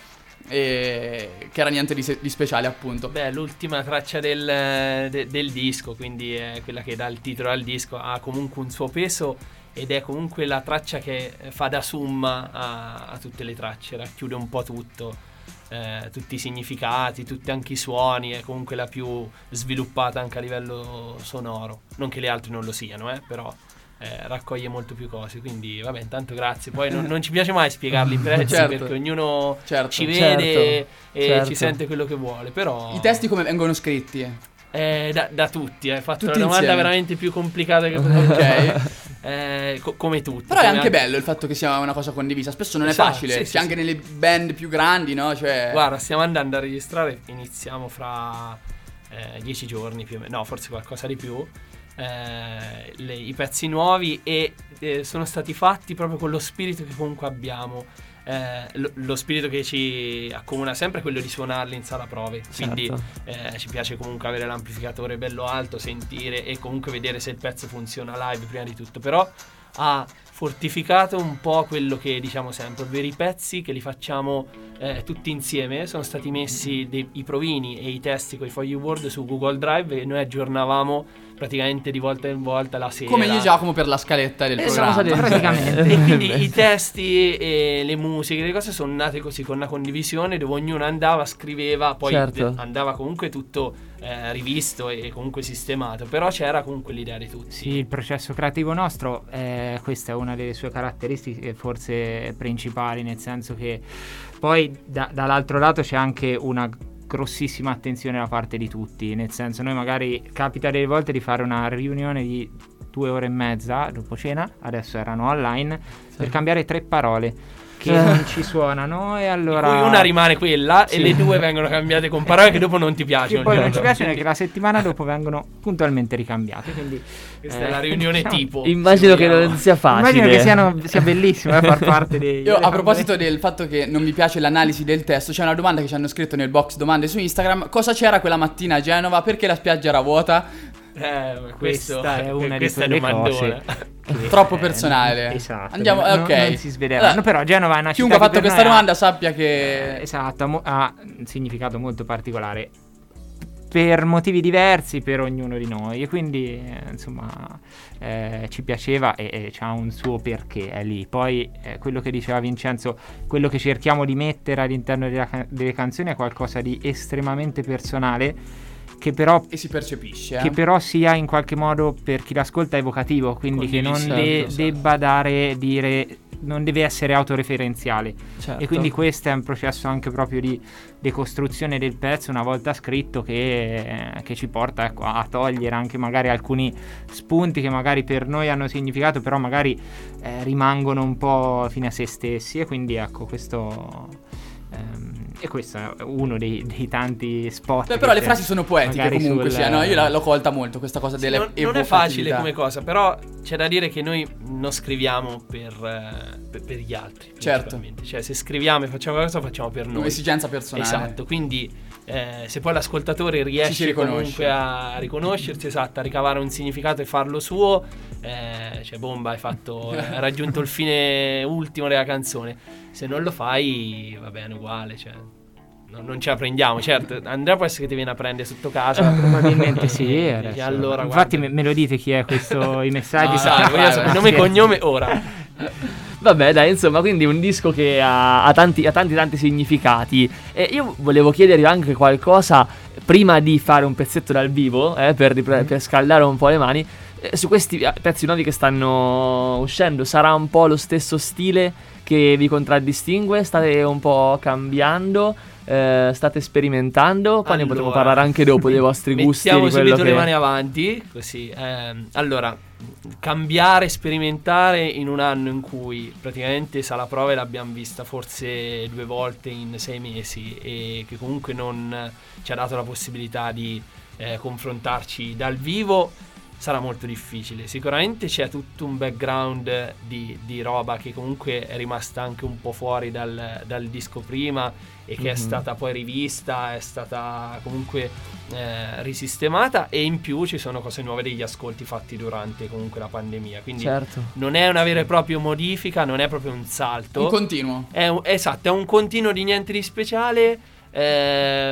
e... che era niente di, se- di speciale appunto. Beh, l'ultima traccia del, de- del disco, quindi è quella che dà il titolo al disco, ha comunque un suo peso ed è comunque la traccia che fa da summa a, a tutte le tracce, racchiude un po' tutto. Eh, tutti i significati, tutti anche i suoni, è comunque la più sviluppata anche a livello sonoro, non che le altre non lo siano, eh, però eh, raccoglie molto più cose, quindi vabbè, intanto grazie. Poi non, non ci piace mai spiegarli in pezzi, certo, perché ognuno certo, ci vede certo, e certo. ci sente quello che vuole, però I testi come vengono scritti? Eh, da, da tutti, hai fatto Tutti la domanda insieme. veramente più complicata che Ok. eh, co- come tutti. Però è come anche bello il fatto che sia una cosa condivisa. Spesso non Esatto, è facile, sì, sia sì, anche sì. nelle band più grandi, no? Cioè... Guarda, stiamo andando a registrare, iniziamo fra eh, dieci giorni più o meno, no, forse qualcosa di più, eh, le- i pezzi nuovi e eh, sono stati fatti proprio con lo spirito che comunque abbiamo. Eh, lo, lo spirito che ci accomuna sempre è quello di suonarli in sala prove, quindi Certo. eh, ci piace comunque avere l'amplificatore bello alto, sentire e comunque vedere se il pezzo funziona live prima di tutto, però ha fortificato un po' quello che diciamo sempre, ovvero i pezzi che li facciamo eh, tutti insieme. Sono stati messi dei, i provini e i testi con i fogli Word su Google Drive e noi aggiornavamo praticamente di volta in volta la sera, Come io e Giacomo per la scaletta del Eh, programma. siamo stati- Praticamente. e quindi i testi e le musiche, le cose sono nate così, con una condivisione dove ognuno andava, scriveva, poi Certo. de- andava comunque tutto eh, rivisto e comunque sistemato, però c'era comunque l'idea di tutti. Sì, il processo creativo nostro, eh, questa è una delle sue caratteristiche forse principali, nel senso che poi da- dall'altro lato c'è anche una grossissima attenzione da parte di tutti, nel senso noi magari capita delle volte di fare una riunione di due ore e mezza dopo cena, adesso erano online, per cambiare tre parole che non ci suonano e allora Di cui una rimane quella Sì. e le due vengono cambiate con parole che dopo non ti piacciono. che poi non il ci giorno piacciono e dopo. che la settimana dopo vengono puntualmente ricambiate, quindi Questa è eh, la riunione diciamo, tipo. Immagino se che vogliamo. non sia facile. immagino che siano, sia bellissimo eh, far parte dei Io a proposito del fatto che non mi piace l'analisi del testo, c'è una domanda che ci hanno scritto nel box domande su Instagram. Cosa c'era quella mattina a Genova? Perché la spiaggia era vuota? Eh, questo, Questa è una di questa è quelle domandona. cose. che, troppo eh, personale. Esatto. Andiamo, non, ok. non si sveleranno. Allora, però Genova è una chiunque ha città fatto che per questa noi domanda ha, sappia che eh, esatto, ha, mo- ha un significato molto particolare per motivi diversi per ognuno di noi, e quindi eh, insomma eh, ci piaceva e, e c'ha un suo perché, è lì. Poi eh, quello che diceva Vincenzo, quello che cerchiamo di mettere all'interno della ca- delle canzoni è qualcosa di estremamente personale, che però e si percepisce eh? che però sia in qualche modo per chi l'ascolta evocativo, quindi che non Condiviso, de- certo, certo. debba dare dire non deve essere autoreferenziale, Certo. e quindi questo è un processo anche proprio di decostruzione del pezzo una volta scritto, che, che ci porta, ecco, a togliere anche magari alcuni spunti che magari per noi hanno significato, però magari eh, rimangono un po' fine a se stessi, e quindi ecco questo ehm, e questo è uno dei, dei tanti spot. Beh, però le frasi sono poetiche magari comunque sul- sia, no? Io la- l'ho colta molto questa cosa Sì, delle non, non è facile evocatività. come cosa, però c'è da dire che noi non scriviamo per, eh, per, per gli altri. Certo. principalmente. Cioè, se scriviamo e facciamo qualcosa, facciamo per noi. Un'esigenza personale. Esatto, quindi eh, se poi l'ascoltatore Ci si riesce riconosce. comunque a riconoscersi, esatto, a ricavare un significato e farlo suo, eh, cioè bomba, hai fatto, hai raggiunto il fine ultimo della canzone. Se non lo fai, va bene uguale, cioè no, non ce la prendiamo. Certo, Andrea può essere che ti viene a prendere sotto casa. Probabilmente sì. E adesso. dici, allora, Infatti guarda. me, me lo dite chi è questo, i messaggi? No, Sa- dai, voglio sapere nome e cognome ora. Vabbè, dai, insomma, quindi un disco che ha, ha tanti, ha tanti tanti significati. E io volevo chiedervi anche qualcosa prima di fare un pezzetto dal vivo, eh, per, ripre- per scaldare un po' le mani. Eh, su questi eh, pezzi nuovi che stanno uscendo, sarà un po' lo stesso stile che vi contraddistingue? State un po' cambiando? Eh, state sperimentando? Poi ne potremo Allora, parlare anche dopo dei vostri gusti. Mettiamo Di quello subito che... le mani avanti, così. ehm, allora, cambiare, sperimentare in un anno in cui praticamente Sala Prove l'abbiamo vista forse due volte in sei mesi, e che comunque non ci ha dato la possibilità di eh, confrontarci dal vivo, sarà molto difficile. Sicuramente c'è tutto un background di, di roba che comunque è rimasta anche un po' fuori dal, dal disco prima, e che Mhm. è stata poi rivista, è stata comunque eh, risistemata, e in più ci sono cose nuove degli ascolti fatti durante comunque la pandemia, quindi Certo. non è una vera e propria modifica, non è proprio un salto, Un continuo. è un, esatto, è un continuo di niente di speciale, eh,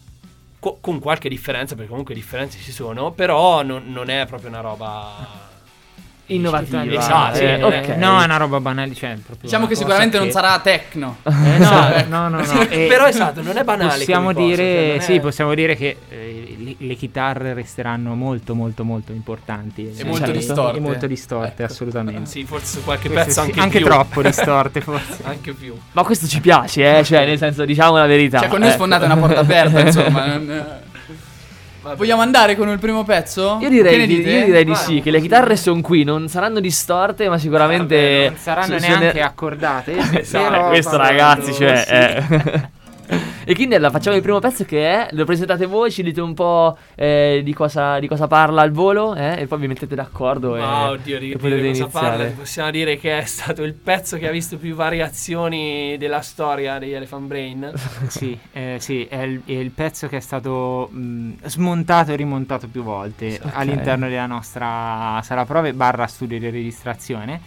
co- con qualche differenza, perché comunque differenze ci sono, però non, non è proprio una roba innovativa. Esatto, Eh, sì, ok. eh, No, è una roba banale, cioè proprio Diciamo una che cosa sicuramente non che- sarà techno. Eh, no, no, no, no. E Però esatto, non è banale Possiamo come cosa, dire, cioè, non è- sì, possiamo dire che eh, le, le chitarre resteranno molto, molto, molto importanti. E molto distorte. E molto distorte, Ecco. assolutamente. Sì, forse su qualche Queste pezzo sì, anche, anche più. troppo distorte, forse. Anche più. Ma questo ci piace, eh? Cioè, nel senso, diciamo la verità. Cioè, con noi eh. sfondate una porta aperta, insomma. non- Vogliamo andare con il primo pezzo? Io direi, Che ne di, dite? io direi di Vai. sì, che le chitarre sono qui, non saranno distorte, ma sicuramente Vabbè, non saranno se- se neanche ne- accordate. Esatto, però questo vanno- ragazzi, cioè sì. eh. E quindi allora facciamo il primo pezzo, che è, lo presentate voi, ci dite un po' eh, di, cosa, di cosa parla al volo, eh, e poi vi mettete d'accordo e, Ah, oddio, di, e di potete cosa iniziare. parla? Possiamo dire che è stato il pezzo che ha visto più variazioni della storia degli Elephant Brain. Sì, eh, sì, è il, è il pezzo che è stato mh, smontato e rimontato più volte Ok. all'interno della nostra sala prove barra studio di registrazione.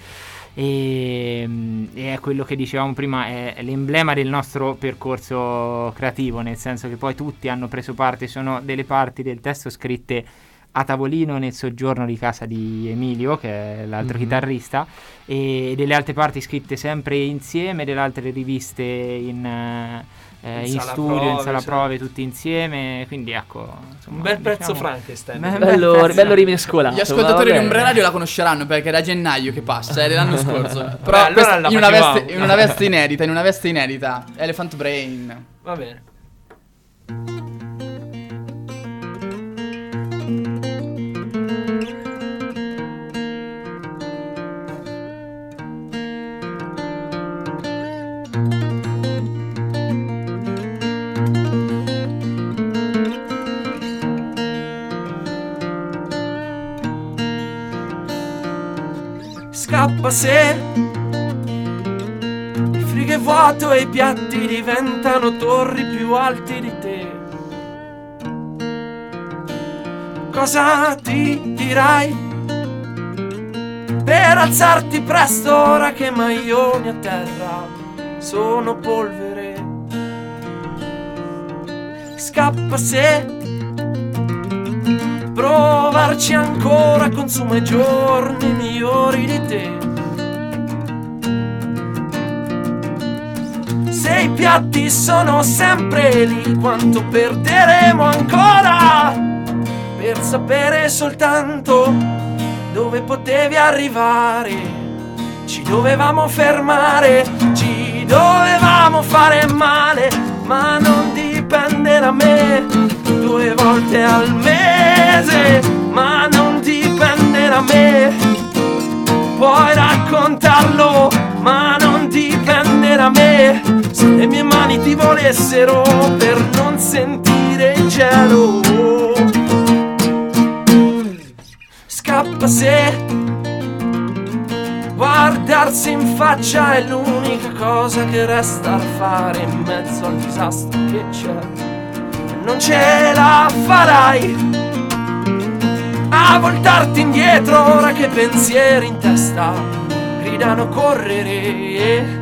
E, mh, e è quello che dicevamo prima, è l'emblema del nostro percorso creativo, nel senso che poi tutti hanno preso parte, sono delle parti del testo scritte a tavolino nel soggiorno di casa di Emilio, che è l'altro Mhm. chitarrista, e delle altre parti scritte sempre insieme, delle altre riviste in, eh, In in sala studio, prove, in sala sì. prove, tutti insieme, quindi ecco, insomma, Un bel pezzo diciamo- Frankenstein. Beh, Bello, bel pezzo. bello rimescolato. Gli ascoltatori ma di Umbre vabbè. Radio la conosceranno perché è da gennaio che passa, è dell'anno scorso. Però allora questa- la in, una facevamo. veste, in una veste inedita, in una veste inedita. Elephant Brain. Va bene. Scappa se il frigo è vuoto e i piatti diventano torri più alti di te. Cosa ti dirai per alzarti presto ora che maglioni a terra sono polvere. Scappa se provarci ancora consuma i giorni migliori di te. Se i piatti sono sempre lì, quanto perderemo ancora per sapere soltanto dove potevi arrivare. Ci dovevamo fermare, ci dovevamo fare male, ma non dipende da me. Due volte al mese, ma non dipende da me. Puoi raccontarlo, ma non dipende da me. Se le mie mani ti volessero per non sentire il cielo. Scappa se guardarsi in faccia è l'unica cosa che resta da fare in mezzo al disastro che c'è. Non ce la farai a voltarti indietro ora che pensieri in testa gridano correre.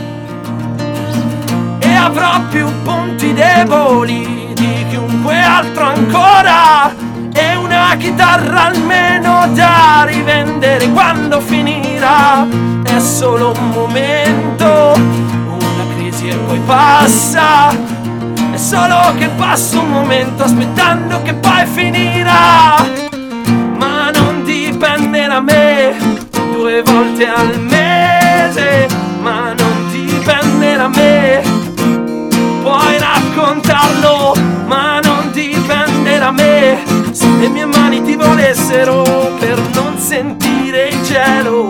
E avrò più punti deboli di chiunque altro ancora, e una chitarra almeno da rivendere quando finirà. È solo un momento, una crisi e poi passa. È solo che passa un momento aspettando che poi finirà. Ma non dipende da me. Due volte al mese, ma non dipende da me. Puoi raccontarlo, ma non dipende da me. Se le mie mani ti volessero per non sentire il cielo.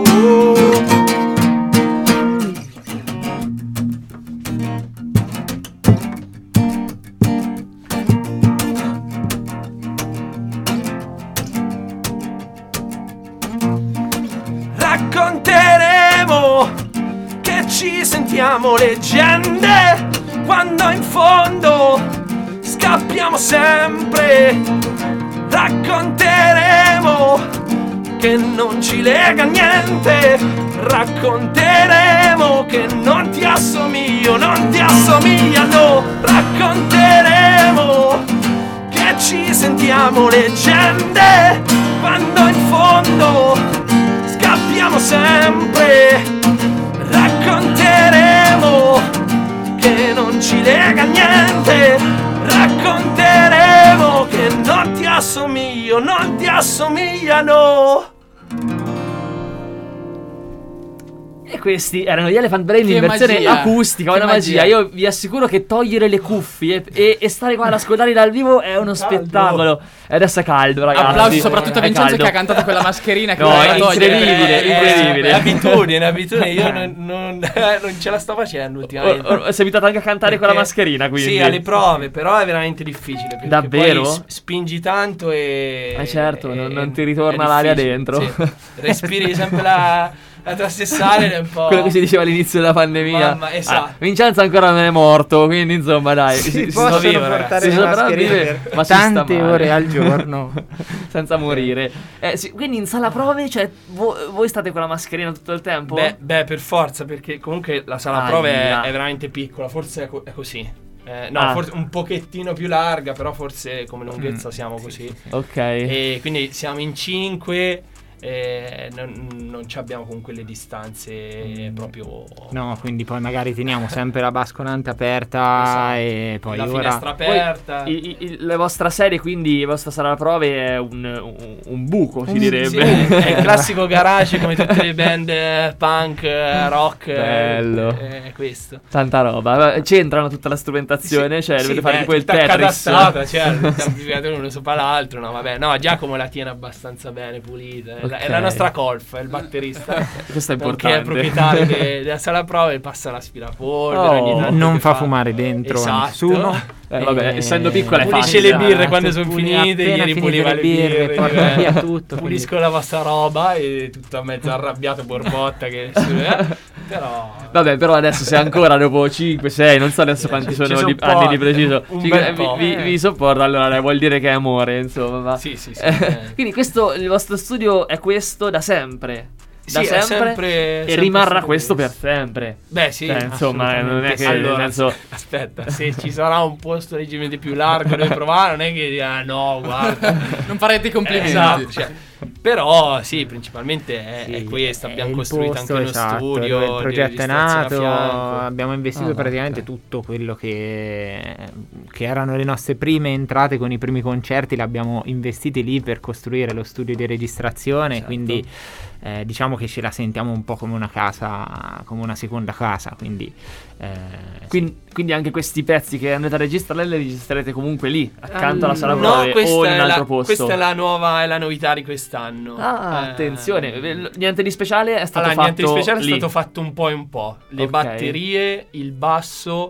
Racconteremo che ci sentiamo leggende quando in fondo scappiamo sempre. Racconteremo che non ci lega niente. Racconteremo che non ti assomiglio, non ti assomigliano. Racconteremo che ci sentiamo leggende quando in fondo scappiamo sempre. Racconteremo che non ci lega niente. Racconteremo che non ti assomiglio, non ti assomigliano. E questi erano gli Elephant Brain Che in versione magia. acustica, Che una magia. magia. Io vi assicuro che togliere le cuffie e, e stare qua ad ascoltarli dal vivo è uno spettacolo. E adesso è caldo, ragazzi. Applausi soprattutto a È Vincenzo caldo. che ha cantato quella mascherina che No, voleva è togliere. incredibile, Eh, incredibile. È abitudine, è abitudine. Io non, non, non ce la sto facendo ultimamente. Or- or- sei abituato anche a cantare con la Perché- mascherina, quindi. Sì, alle prove, però è veramente difficile. Perché Davvero? Poi s- spingi tanto e. Eh certo, e- non, non ti è ritorna l'aria difficile, dentro. sì. Respiri sempre la, la tua stessa aria ed è un po'. Quello che si diceva all'inizio della pandemia. Mamma, esatto. Ah, Vincenzo ancora non è morto, quindi insomma dai. Si si possono sopravvive, portare si le mascherine sopravvive, per ma si sta tante male. ore al giorno. Senza morire. Eh, sì, quindi in sala prove, cioè, vo- voi state con la mascherina tutto il tempo? Beh, beh, per forza, perché comunque la sala Ah, prove è, là. è veramente piccola, forse è, co- è così. Eh, no, Ah. forse un pochettino più larga, però forse come lunghezza siamo così. Ok. E quindi siamo in cinque. E non, non ci abbiamo comunque le distanze proprio. No, quindi poi magari teniamo sempre la basconante aperta Esatto. e poi La ora finestra aperta. Poi, i- i- la vostra serie, quindi la vostra sala prove è un, un, un buco, si Sì, direbbe. è il classico garage come tutte le band eh, punk, eh, rock. eh, Bello. È questo. Tanta roba. C'entrano tutta la strumentazione, cioè Sì, dovete fare beh, tipo il tutta Tetris. accatassata, cioè l'amplificatore uno sopra l'altro. No, vabbè, no, Giacomo la tiene abbastanza bene pulita. È, la, è la Ok. nostra colf, è il batterista. Questo è Che è il importante. proprietario de- della sala prove e passa l'aspirapolvere. Oh, ogni tanto non che fa fumare dentro a Esatto. nessuno. Eh, vabbè, Eh, essendo piccola è Pulisce facile. le birre Esatto, quando sono puli- finite. appena Ieri finite puliva le le birre, birre. porta eh, via tutto, Pulisco la vostra roba e tutto mezzo arrabbiato, borbotta. Che, eh, però. Vabbè, però adesso se ancora dopo cinque, sei, non so adesso quanti ci sono sono di, un po', anni di preciso. un Ci- bel vi, po'. vi, vi sopporto, allora dai, vuol dire che è amore, insomma. Ma- Sì, sì, sì. Eh, eh. quindi questo, il vostro studio è questo da sempre. da sì, sempre, sempre e sempre rimarrà questo per sempre. Beh sì, cioè, insomma, non è che allora, nel senso... aspetta, se ci sarà un posto leggermente più largo dove provare, non è che dirà no, guarda, non farete i complimenti. Esatto, cioè, però sì, principalmente è, Sì, è questo, abbiamo è il costruito posto, anche uno esatto, studio, il progetto è nato, a abbiamo investito Ah, praticamente tutto quello che, che erano le nostre prime entrate con i primi concerti, l'abbiamo investiti lì per costruire lo studio di registrazione, Certo. quindi eh, diciamo che ce la sentiamo un po' come una casa, come una seconda casa, quindi, eh, Quindi, quindi anche questi pezzi che andate a registrare li registrerete comunque lì, accanto alla sala no, prove questa o in è un altro la, posto. questa è la nuova, è la novità di quest'anno. Ah, Eh, attenzione, niente di speciale è stato allora, fatto niente di speciale lì. è stato fatto un po' e un po'. Le Ok. batterie, il basso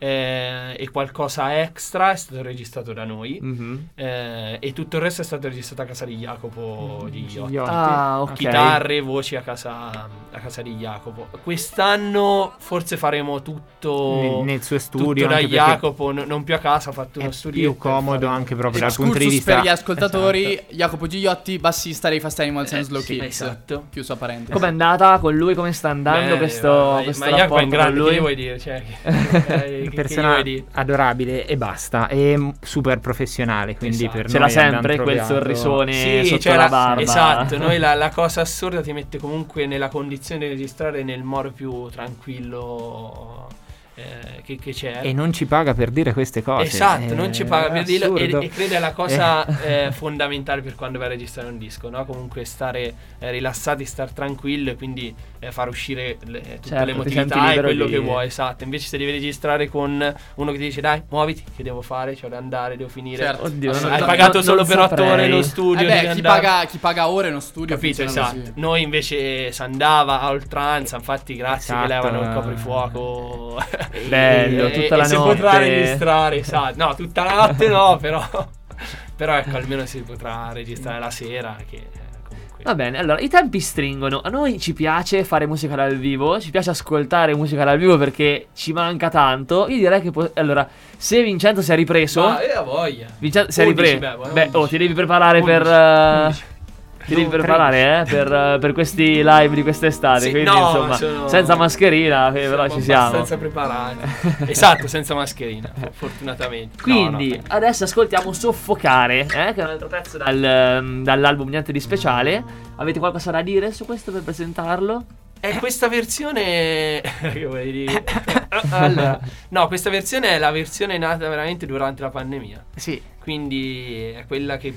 eh, e qualcosa extra è stato registrato da noi. Mhm. eh, e tutto il resto è stato registrato a casa di Jacopo di Iotti. Ah, ok. Chitarre, voci a casa, a casa di Jacopo. Quest'anno forse faremo tutto nel, nel suo studio, tutto da anche perché Jacopo, no- non più a casa, ha fatto uno è studio più comodo anche proprio dal punto di Excursus vista per gli ascoltatori, Esatto. Jacopo Gigliotti, bassista dei Fast Animals and Slow sì, Kids. esatto. Chiuso a parentesi. Com'è andata con lui? Come sta andando Bene, questo, ma- questo ma Jacopo è rapporto in grande, con lui? che vuoi dire? Cioè, che- che- che persona vuoi dire? adorabile e basta, è m- super professionale, quindi Esatto. per Ce l'ha noi abbiamo sempre quel trovato- sorrisone Sì, sotto cioè la la- barba. esatto, noi la, la cosa assurda ti mette comunque nella condizione di registrare nel modo più tranquillo eh, che, che c'è. E non ci paga per dire queste cose. Esatto, È non ci paga per dirlo e, assurdo. e credo è la cosa eh, fondamentale per quando vai a registrare un disco, no? Comunque stare eh, rilassati, star tranquillo e quindi eh, far uscire le, tutte Certo, le ti senti emotività e libero quello di- che vuoi, esatto. Invece se devi registrare con uno che ti dice dai, muoviti, che devo fare, c'ho da andare, devo finire. Certo. Oddio, Hai non- pagato non- solo non per otto saprei. ore lo studio, Eh devi beh, chi andare. paga, chi paga ore in uno studio Capito, funziona esatto. così. Noi invece si andava a oltranza, infatti grazie che Esatto. levano il coprifuoco. Bello, E- tutta e la si notte. potrà registrare, esatto. No, tutta la notte no, però però ecco, almeno si potrà registrare la sera che eh, comunque Va bene, allora i tempi stringono. A noi ci piace fare musica dal vivo, ci piace ascoltare musica dal vivo perché ci manca tanto. Io direi che po- allora, se Vincenzo si è ripreso, Ma io ho voglia. Vincenzo si è undici, ripreso. beh, buona Beh, oh, undici. ti devi preparare per undici, eh, undici. ti devi No, preparare, eh, per, eh, per questi live di quest'estate, Sì, quindi no, insomma, sono- senza mascherina, eh, però Siamo ci siamo. abbastanza preparati. Esatto, senza mascherina, for- fortunatamente. No, Quindi no, adesso ascoltiamo Soffocare, eh, che è un altro pezzo dal, ehm, dall'album Niente di Speciale. Avete qualcosa da dire su questo per presentarlo? E questa versione che vuoi dire? Allora, no, questa versione è la versione nata veramente durante la pandemia. Sì. Quindi è quella che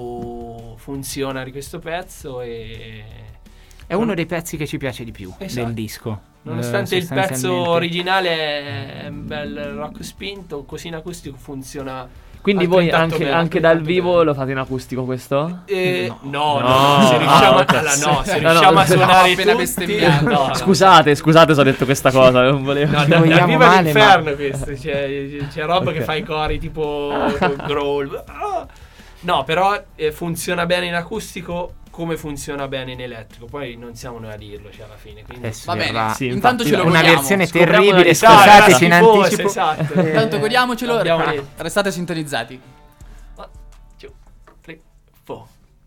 più funziona di questo pezzo e È uno dei pezzi che ci piace di più Esatto. del disco. nonostante Eh, il pezzo sostanzialmente. originale è un bel rock spinto, così in acustico funziona. Quindi voi altrettanto anche, bene, anche dal altrettanto vivo lo fate in acustico questo? Eh, no, no, No. no, se riusciamo, Ah, a, ok. allora, no, se No, no, riusciamo a no, suonare appena tutti, bestemmiato. no, no. Scusate, scusate se ho detto questa cosa, non volevo. No, Ci da, da vogliamo viva male, l'inferno ma- questo. C'è, c'è roba Ok. che fa i cori tipo growl. Ah. No, però eh, funziona bene in acustico come funziona bene in elettrico. Poi non siamo noi a dirlo, cioè alla fine. Quindi... Adesso Va bene, verrà sì, intanto ce lo una godiamo. versione Scopriamo la terribile, risata. scusateci in Schifoso, anticipo. esatto. Intanto godiamocelo, Abbiamo re- detto. restate sintonizzati. One, two, three, four.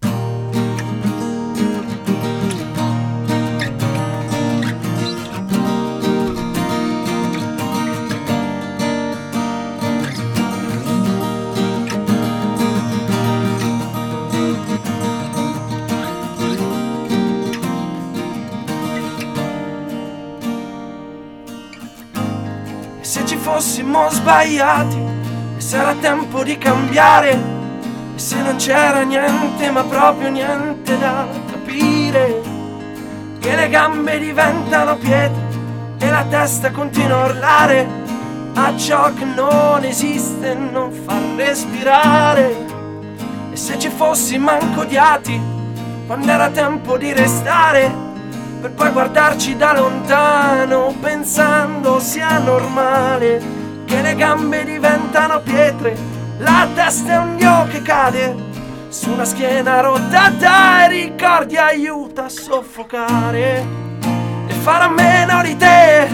E se ci fossimo sbagliati, e se era tempo di cambiare, e se non c'era niente, ma proprio niente da capire, che le gambe diventano pietre e la testa continua a urlare a ciò che non esiste e non fa respirare. E se ci fossi manco odiati, quando era tempo di restare, per poi guardarci da lontano pensando sia normale che le gambe diventano pietre, la testa è un dio che cade su una schiena rotta dai ricordi, aiuta a soffocare e fare a meno di te.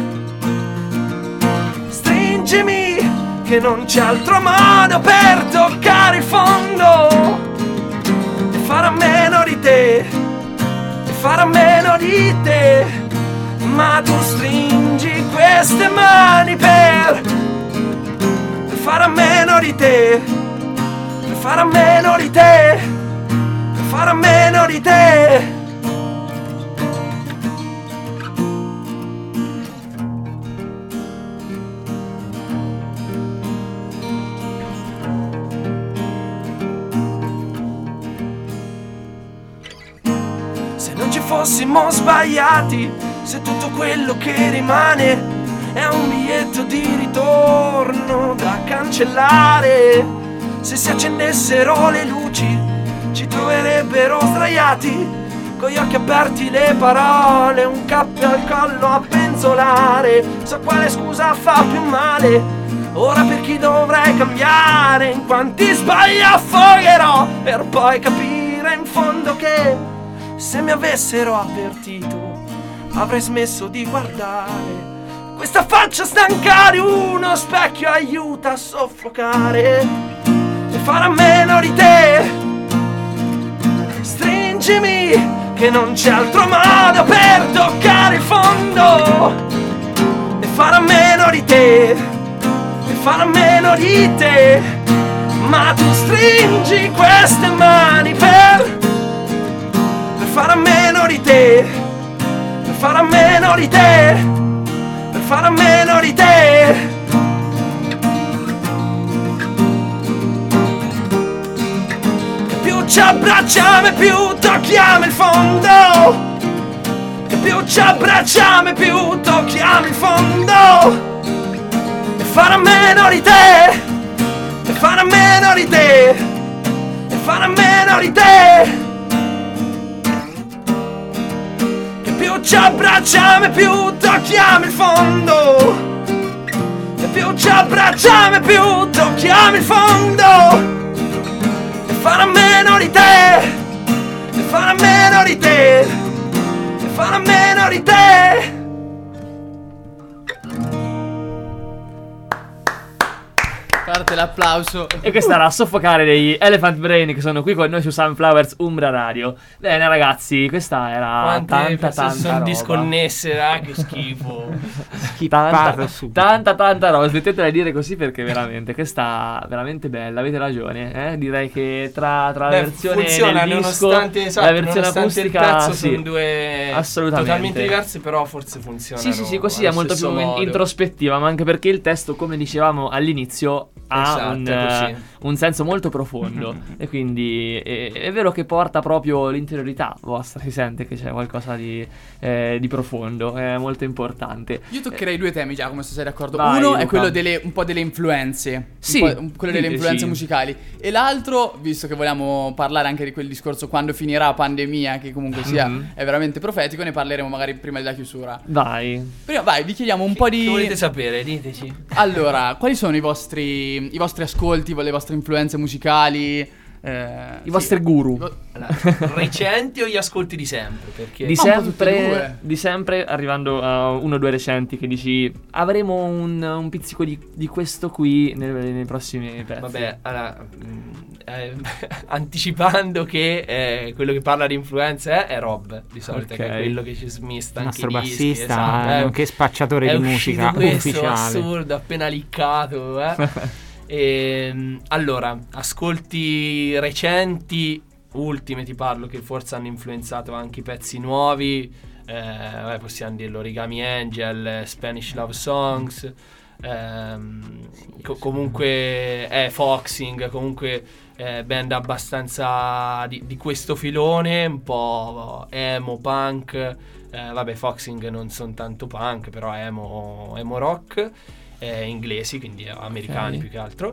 Stringimi che non c'è altro modo per toccare il fondo e fare a meno di te, e fare a meno di te, ma tu stringi queste mani per, per fare a meno di te, per fare a meno di te, per fare a meno di te. Se non ci fossimo sbagliati, se tutto quello che rimane è un biglietto di ritorno da cancellare, se si accendessero le luci ci troverebbero sdraiati, con gli occhi aperti, le parole, un cappio al collo a penzolare. So quale scusa fa più male, ora per chi dovrei cambiare, in quanti sbagli affogherò, per poi capire in fondo che se mi avessero avvertito avrei smesso di guardare. Questa faccia stanca di uno specchio aiuta a soffocare e fare a meno di te. Stringimi che non c'è altro modo per toccare il fondo e fare a meno di te, e fare a meno di te, ma tu stringi queste mani per per fare a meno di te, per fare a meno di te, per fare a meno di te. Che più ci abbracciamo e più tocchiamo il fondo, che più ci abbracciamo e più tocchiamo il fondo, e fare a meno di te, e fare a meno di te, e fare a meno di te. Più ci abbracciamo e più tocchiamo il fondo, e più ci abbracciamo e più tocchiamo il fondo, e fare a meno di te, e fare a meno di te, e fare a meno di te. Parte l'applauso. E questa era a soffocare degli Elephant Brain, che sono qui con noi su Sunflowers Umbra Radio. Bene ragazzi, questa era Quante tanta tanta sono roba. disconnesse, ah, che schifo. Tanta, tanta tanta roba. Smettetela di dire così, perché veramente questa veramente bella, avete ragione, eh? Direi che tra, tra Beh, la versione funziona, del disco, nonostante, esatto, la versione nonostante acustica, il pezzo sì, sono due assolutamente totalmente diverse, però forse funzionano. Sì, sì, sì, così è allo molto più stesso modo. introspettiva, ma anche perché il testo, come dicevamo all'inizio, ha Esatto, un, è così. eh, un senso molto profondo. E quindi è, è vero che porta proprio l'interiorità vostra, si sente che c'è qualcosa di, eh, di profondo, è molto importante. Io toccherei due temi, Giacomo, se sei d'accordo. Vai, Uno Luca. è quello delle un po' delle influenze, Sì, un po', un- quello delle sì, influenze sì. musicali. E l'altro, visto che vogliamo parlare anche di quel discorso quando finirà la pandemia, che comunque sia Mhm. è veramente profetico, ne parleremo magari prima della chiusura. Vai. Prima, vai, vi chiediamo un po' di. Che volete sapere? Diteci. Allora, quali sono i vostri, i vostri ascolti, le vostre influenze musicali? eh, I sì. vostri guru. I vo- Allora, recenti o gli ascolti di sempre? Perché Di Ma un po' tutte e sempre, due. di sempre, arrivando a uno o due recenti che dici avremo un, un pizzico di, di questo qui nei, nei prossimi pezzi. Vabbè, allora, mh, eh, anticipando che eh, quello che parla di influenze è, è Rob, di solito, Ok. che è quello che ci smista Il anche nostro i dischi, bassista, esatto, eh, è- nonché spacciatore è di uscito musica questo ufficiale. assurdo, appena liccato, eh. Ehm, allora, ascolti recenti, ultime ti parlo, che forse hanno influenzato anche i pezzi nuovi, eh, vabbè, possiamo dirlo, Origami Angel, Spanish Love Songs, ehm, co- comunque è Foxing, comunque eh, band abbastanza di, di questo filone, un po' emo, punk, eh, vabbè, Foxing non sono tanto punk, però emo, emo rock, eh, inglesi, quindi americani Ok. più che altro.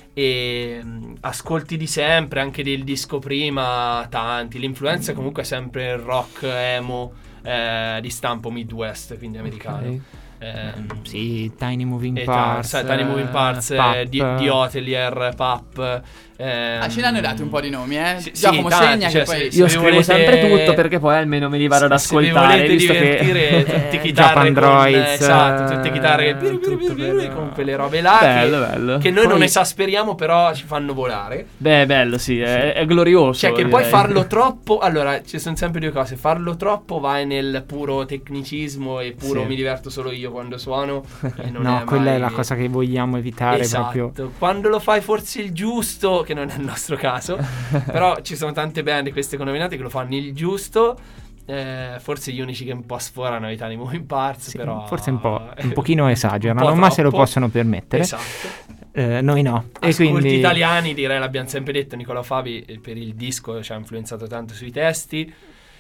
E mh, ascolti di sempre, anche del disco prima, tanti. L'influenza comunque è sempre il rock emo, eh, di stampo Midwest, quindi americano. Ok. ehm, sì, Tiny Moving e Parts, ta- Tiny Moving Parts, eh, di, di Hotelier, Pup. Ehm, Ah, ce ne hanno dati un po' di nomi, eh? Sì, Giacomo sì, tanti, segna cioè, che poi... se- Io se scrivo volete- sempre tutto perché poi almeno me li vado ad se vi ascoltare. volete Visto divertire, che tutte chitarre Japan con, Droids, esatto, tutte chitarre eh, tutto per- con quelle robe là Bello, che, bello. che noi Poi- non esasperiamo, però ci fanno volare. Beh, bello, sì, è, è glorioso. Cioè che direi. poi farlo troppo, allora ci sono sempre due cose: farlo troppo vai nel puro tecnicismo e puro Sì. mi diverto solo io quando suono e non no, è quella mai- è la cosa che vogliamo evitare esatto. proprio. Quando lo fai forse il giusto, che non è il nostro caso, però ci sono tante band, queste che ho nominato, che lo fanno il giusto. Eh, forse gli unici che un po' sforano i Tiny Moving Parts, Sì, però forse un po', un pochino esagerano, un po' ma se lo troppo. possono permettere. Esatto. Eh, noi no. E Ascolti quindi italiani, direi, l'abbiamo sempre detto, Nicola Fabi eh, per il disco ci ha influenzato tanto sui testi.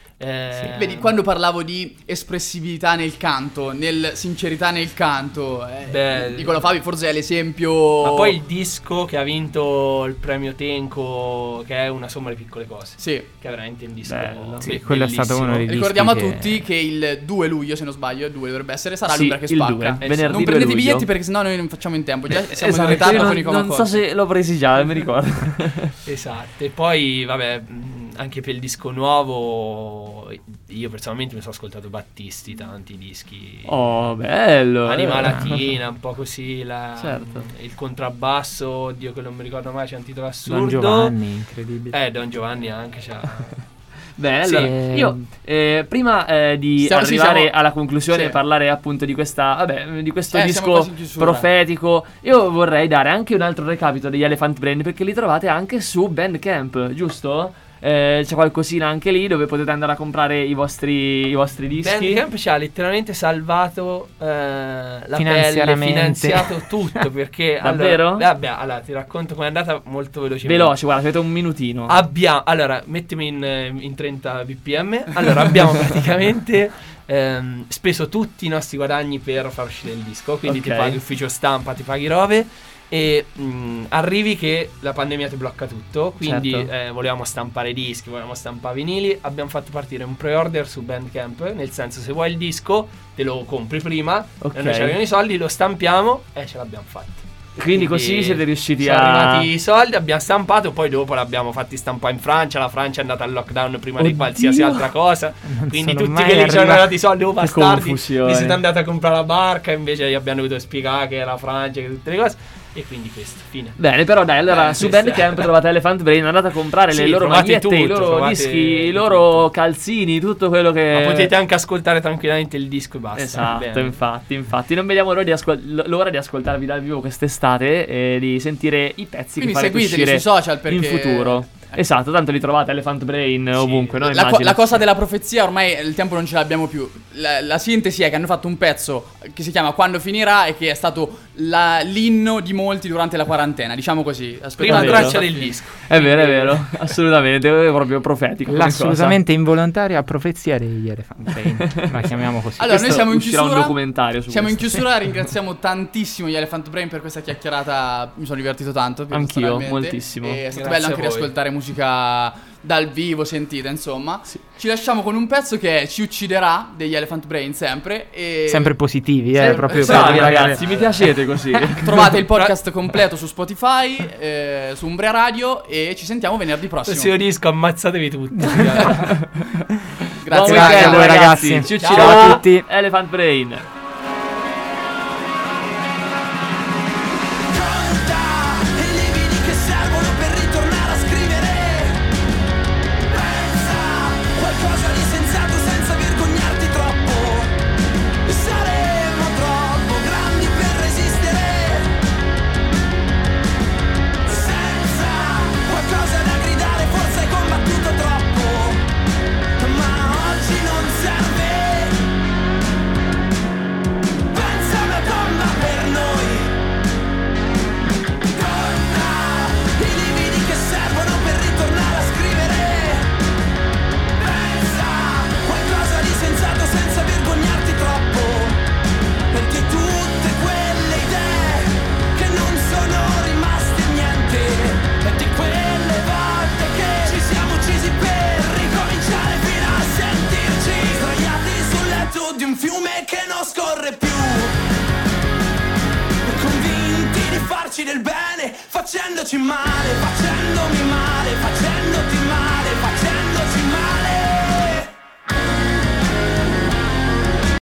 Eh, Vedi, quando parlavo di espressività nel canto, nel sincerità nel canto, eh, Beh, Nicola Fabi forse è l'esempio. Ma poi il disco che ha vinto il premio Tenco, che è una somma di piccole cose. Sì. Che è veramente un disco. Bello. Sì, be- quello è stato bellissimo. uno dei dischi Ricordiamo a che- tutti che il due luglio, se non sbaglio, il due dovrebbe essere, sarà Sì, Libera che il spacca. due, Eh, venerdì non due prendete i luglio. biglietti perché sennò noi non facciamo in tempo. Già siamo Esatto, in ritardo io con non, i non so se l'ho presi già, mi ricordo. Esatto. E poi, vabbè, mh, anche per il disco nuovo, io personalmente mi sono ascoltato Battisti, tanti dischi. Oh, bello. Anima eh. Latina, un po' così. La, Certo. Il contrabbasso, oddio, che non mi ricordo mai, c'è un titolo assurdo. Don Giovanni, incredibile. Eh, Don Giovanni anche c'ha. Bene, Sì. allora io eh, prima eh, di Stiamo- sì, arrivare siamo- alla conclusione sì. e parlare appunto di questa, vabbè, di questo Eh, siamo disco quasi in chiusura. profetico, io vorrei dare anche un altro recapito degli Elephant Brain perché li trovate anche su Bandcamp, giusto? Eh, c'è qualcosina anche lì dove potete andare a comprare i vostri, i vostri dischi. Bandcamp ci ha letteralmente salvato eh, la pelle, Finanziariamente. finanziato tutto perché Davvero? Allora, vabbè, allora ti racconto com'è andata molto velocemente. Veloce, guarda, avete un minutino. Abbiamo, allora, mettimi in, eh, in trenta bpm. Allora, abbiamo praticamente ehm, speso tutti i nostri guadagni per far uscire il disco. Quindi ti Ok. paghi ufficio stampa, ti paghi robe. E mh, arrivi che la pandemia ti blocca tutto. Quindi Certo. eh, volevamo stampare dischi, volevamo stampare vinili. Abbiamo fatto partire un pre-order su Bandcamp. Nel senso, se vuoi il disco, te lo compri prima. Ok. E noi ci arrivano i soldi, lo stampiamo e ce l'abbiamo fatto. Quindi così siete riusciti sono a... arrivati i soldi, abbiamo stampato, poi dopo l'abbiamo fatti stampare in Francia. La Francia è andata al lockdown prima Oddio. di qualsiasi altra cosa. Non Quindi sono tutti mai quelli che ci hanno arrivati. dato i soldi, oh Che bastardi, confusione. vi siete andati a comprare la barca. Invece gli abbiamo dovuto spiegare che era Francia, che tutte le cose. E quindi questo, fine. Bene, però dai, allora Eh, su questo Bandcamp è- trovate Elephant Brain, andate a comprare Sì, le loro trovate magliette, i tutto, loro trovate dischi, i di loro calzini, tutto quello che... Ma potete anche ascoltare tranquillamente il disco e basta. Esatto, Bene. infatti, infatti non vediamo l'ora di, ascol- l- l'ora di ascoltarvi dal vivo quest'estate e di sentire i pezzi Quindi che farete seguiteli uscire sui social perché- in futuro. Esatto, tanto li trovate Elephant Brain ovunque, no? La, co- Immagino. la cosa della profezia ormai il tempo non ce l'abbiamo più. La, la sintesi è che hanno fatto un pezzo che si chiama Quando finirà e che è stato la- l'inno di molti durante la quarantena, diciamo così. Prima Aspettando traccia la del fine. disco. È vero, è vero, assolutamente, è proprio profetico. come cosa. L'assolutamente involontaria profezia degli Elephant Brain. La chiamiamo così. Allora, noi Questo siamo in uscirà chiusura. un documentario su Siamo in questo. chiusura, ringraziamo tantissimo gli Elephant Brain per questa chiacchierata. Mi sono divertito tanto. Anch'io, personalmente. moltissimo. E è stato Grazie bello a anche voi. riascoltare musica dal vivo, sentita, insomma. Ci lasciamo con un pezzo che è Ci ucciderà degli Elephant Brain sempre. E Sempre positivi, eh, Sempre- proprio Bravi per- ragazzi, mi piacete così. Trovate il podcast completo su Spotify, eh, su Umbria Radio e ci sentiamo venerdì prossimo. Prossimo disco, ammazzatevi tutti. Grazie, Buon Grazie weekend, a voi, ragazzi. ragazzi. Ci Ciao ucciderà a tutti. Elephant Brain. I lividi che servono per ritornare a scrivere. Pensa qualcosa di sensato senza vergognarti troppo. Saremmo troppo grandi per resistere. Senza qualcosa da gridare forse hai combattuto troppo. Ma oggi non serve. bordo di un fiume che non scorre più, convinti di farci del bene, facendoci male, facendomi male.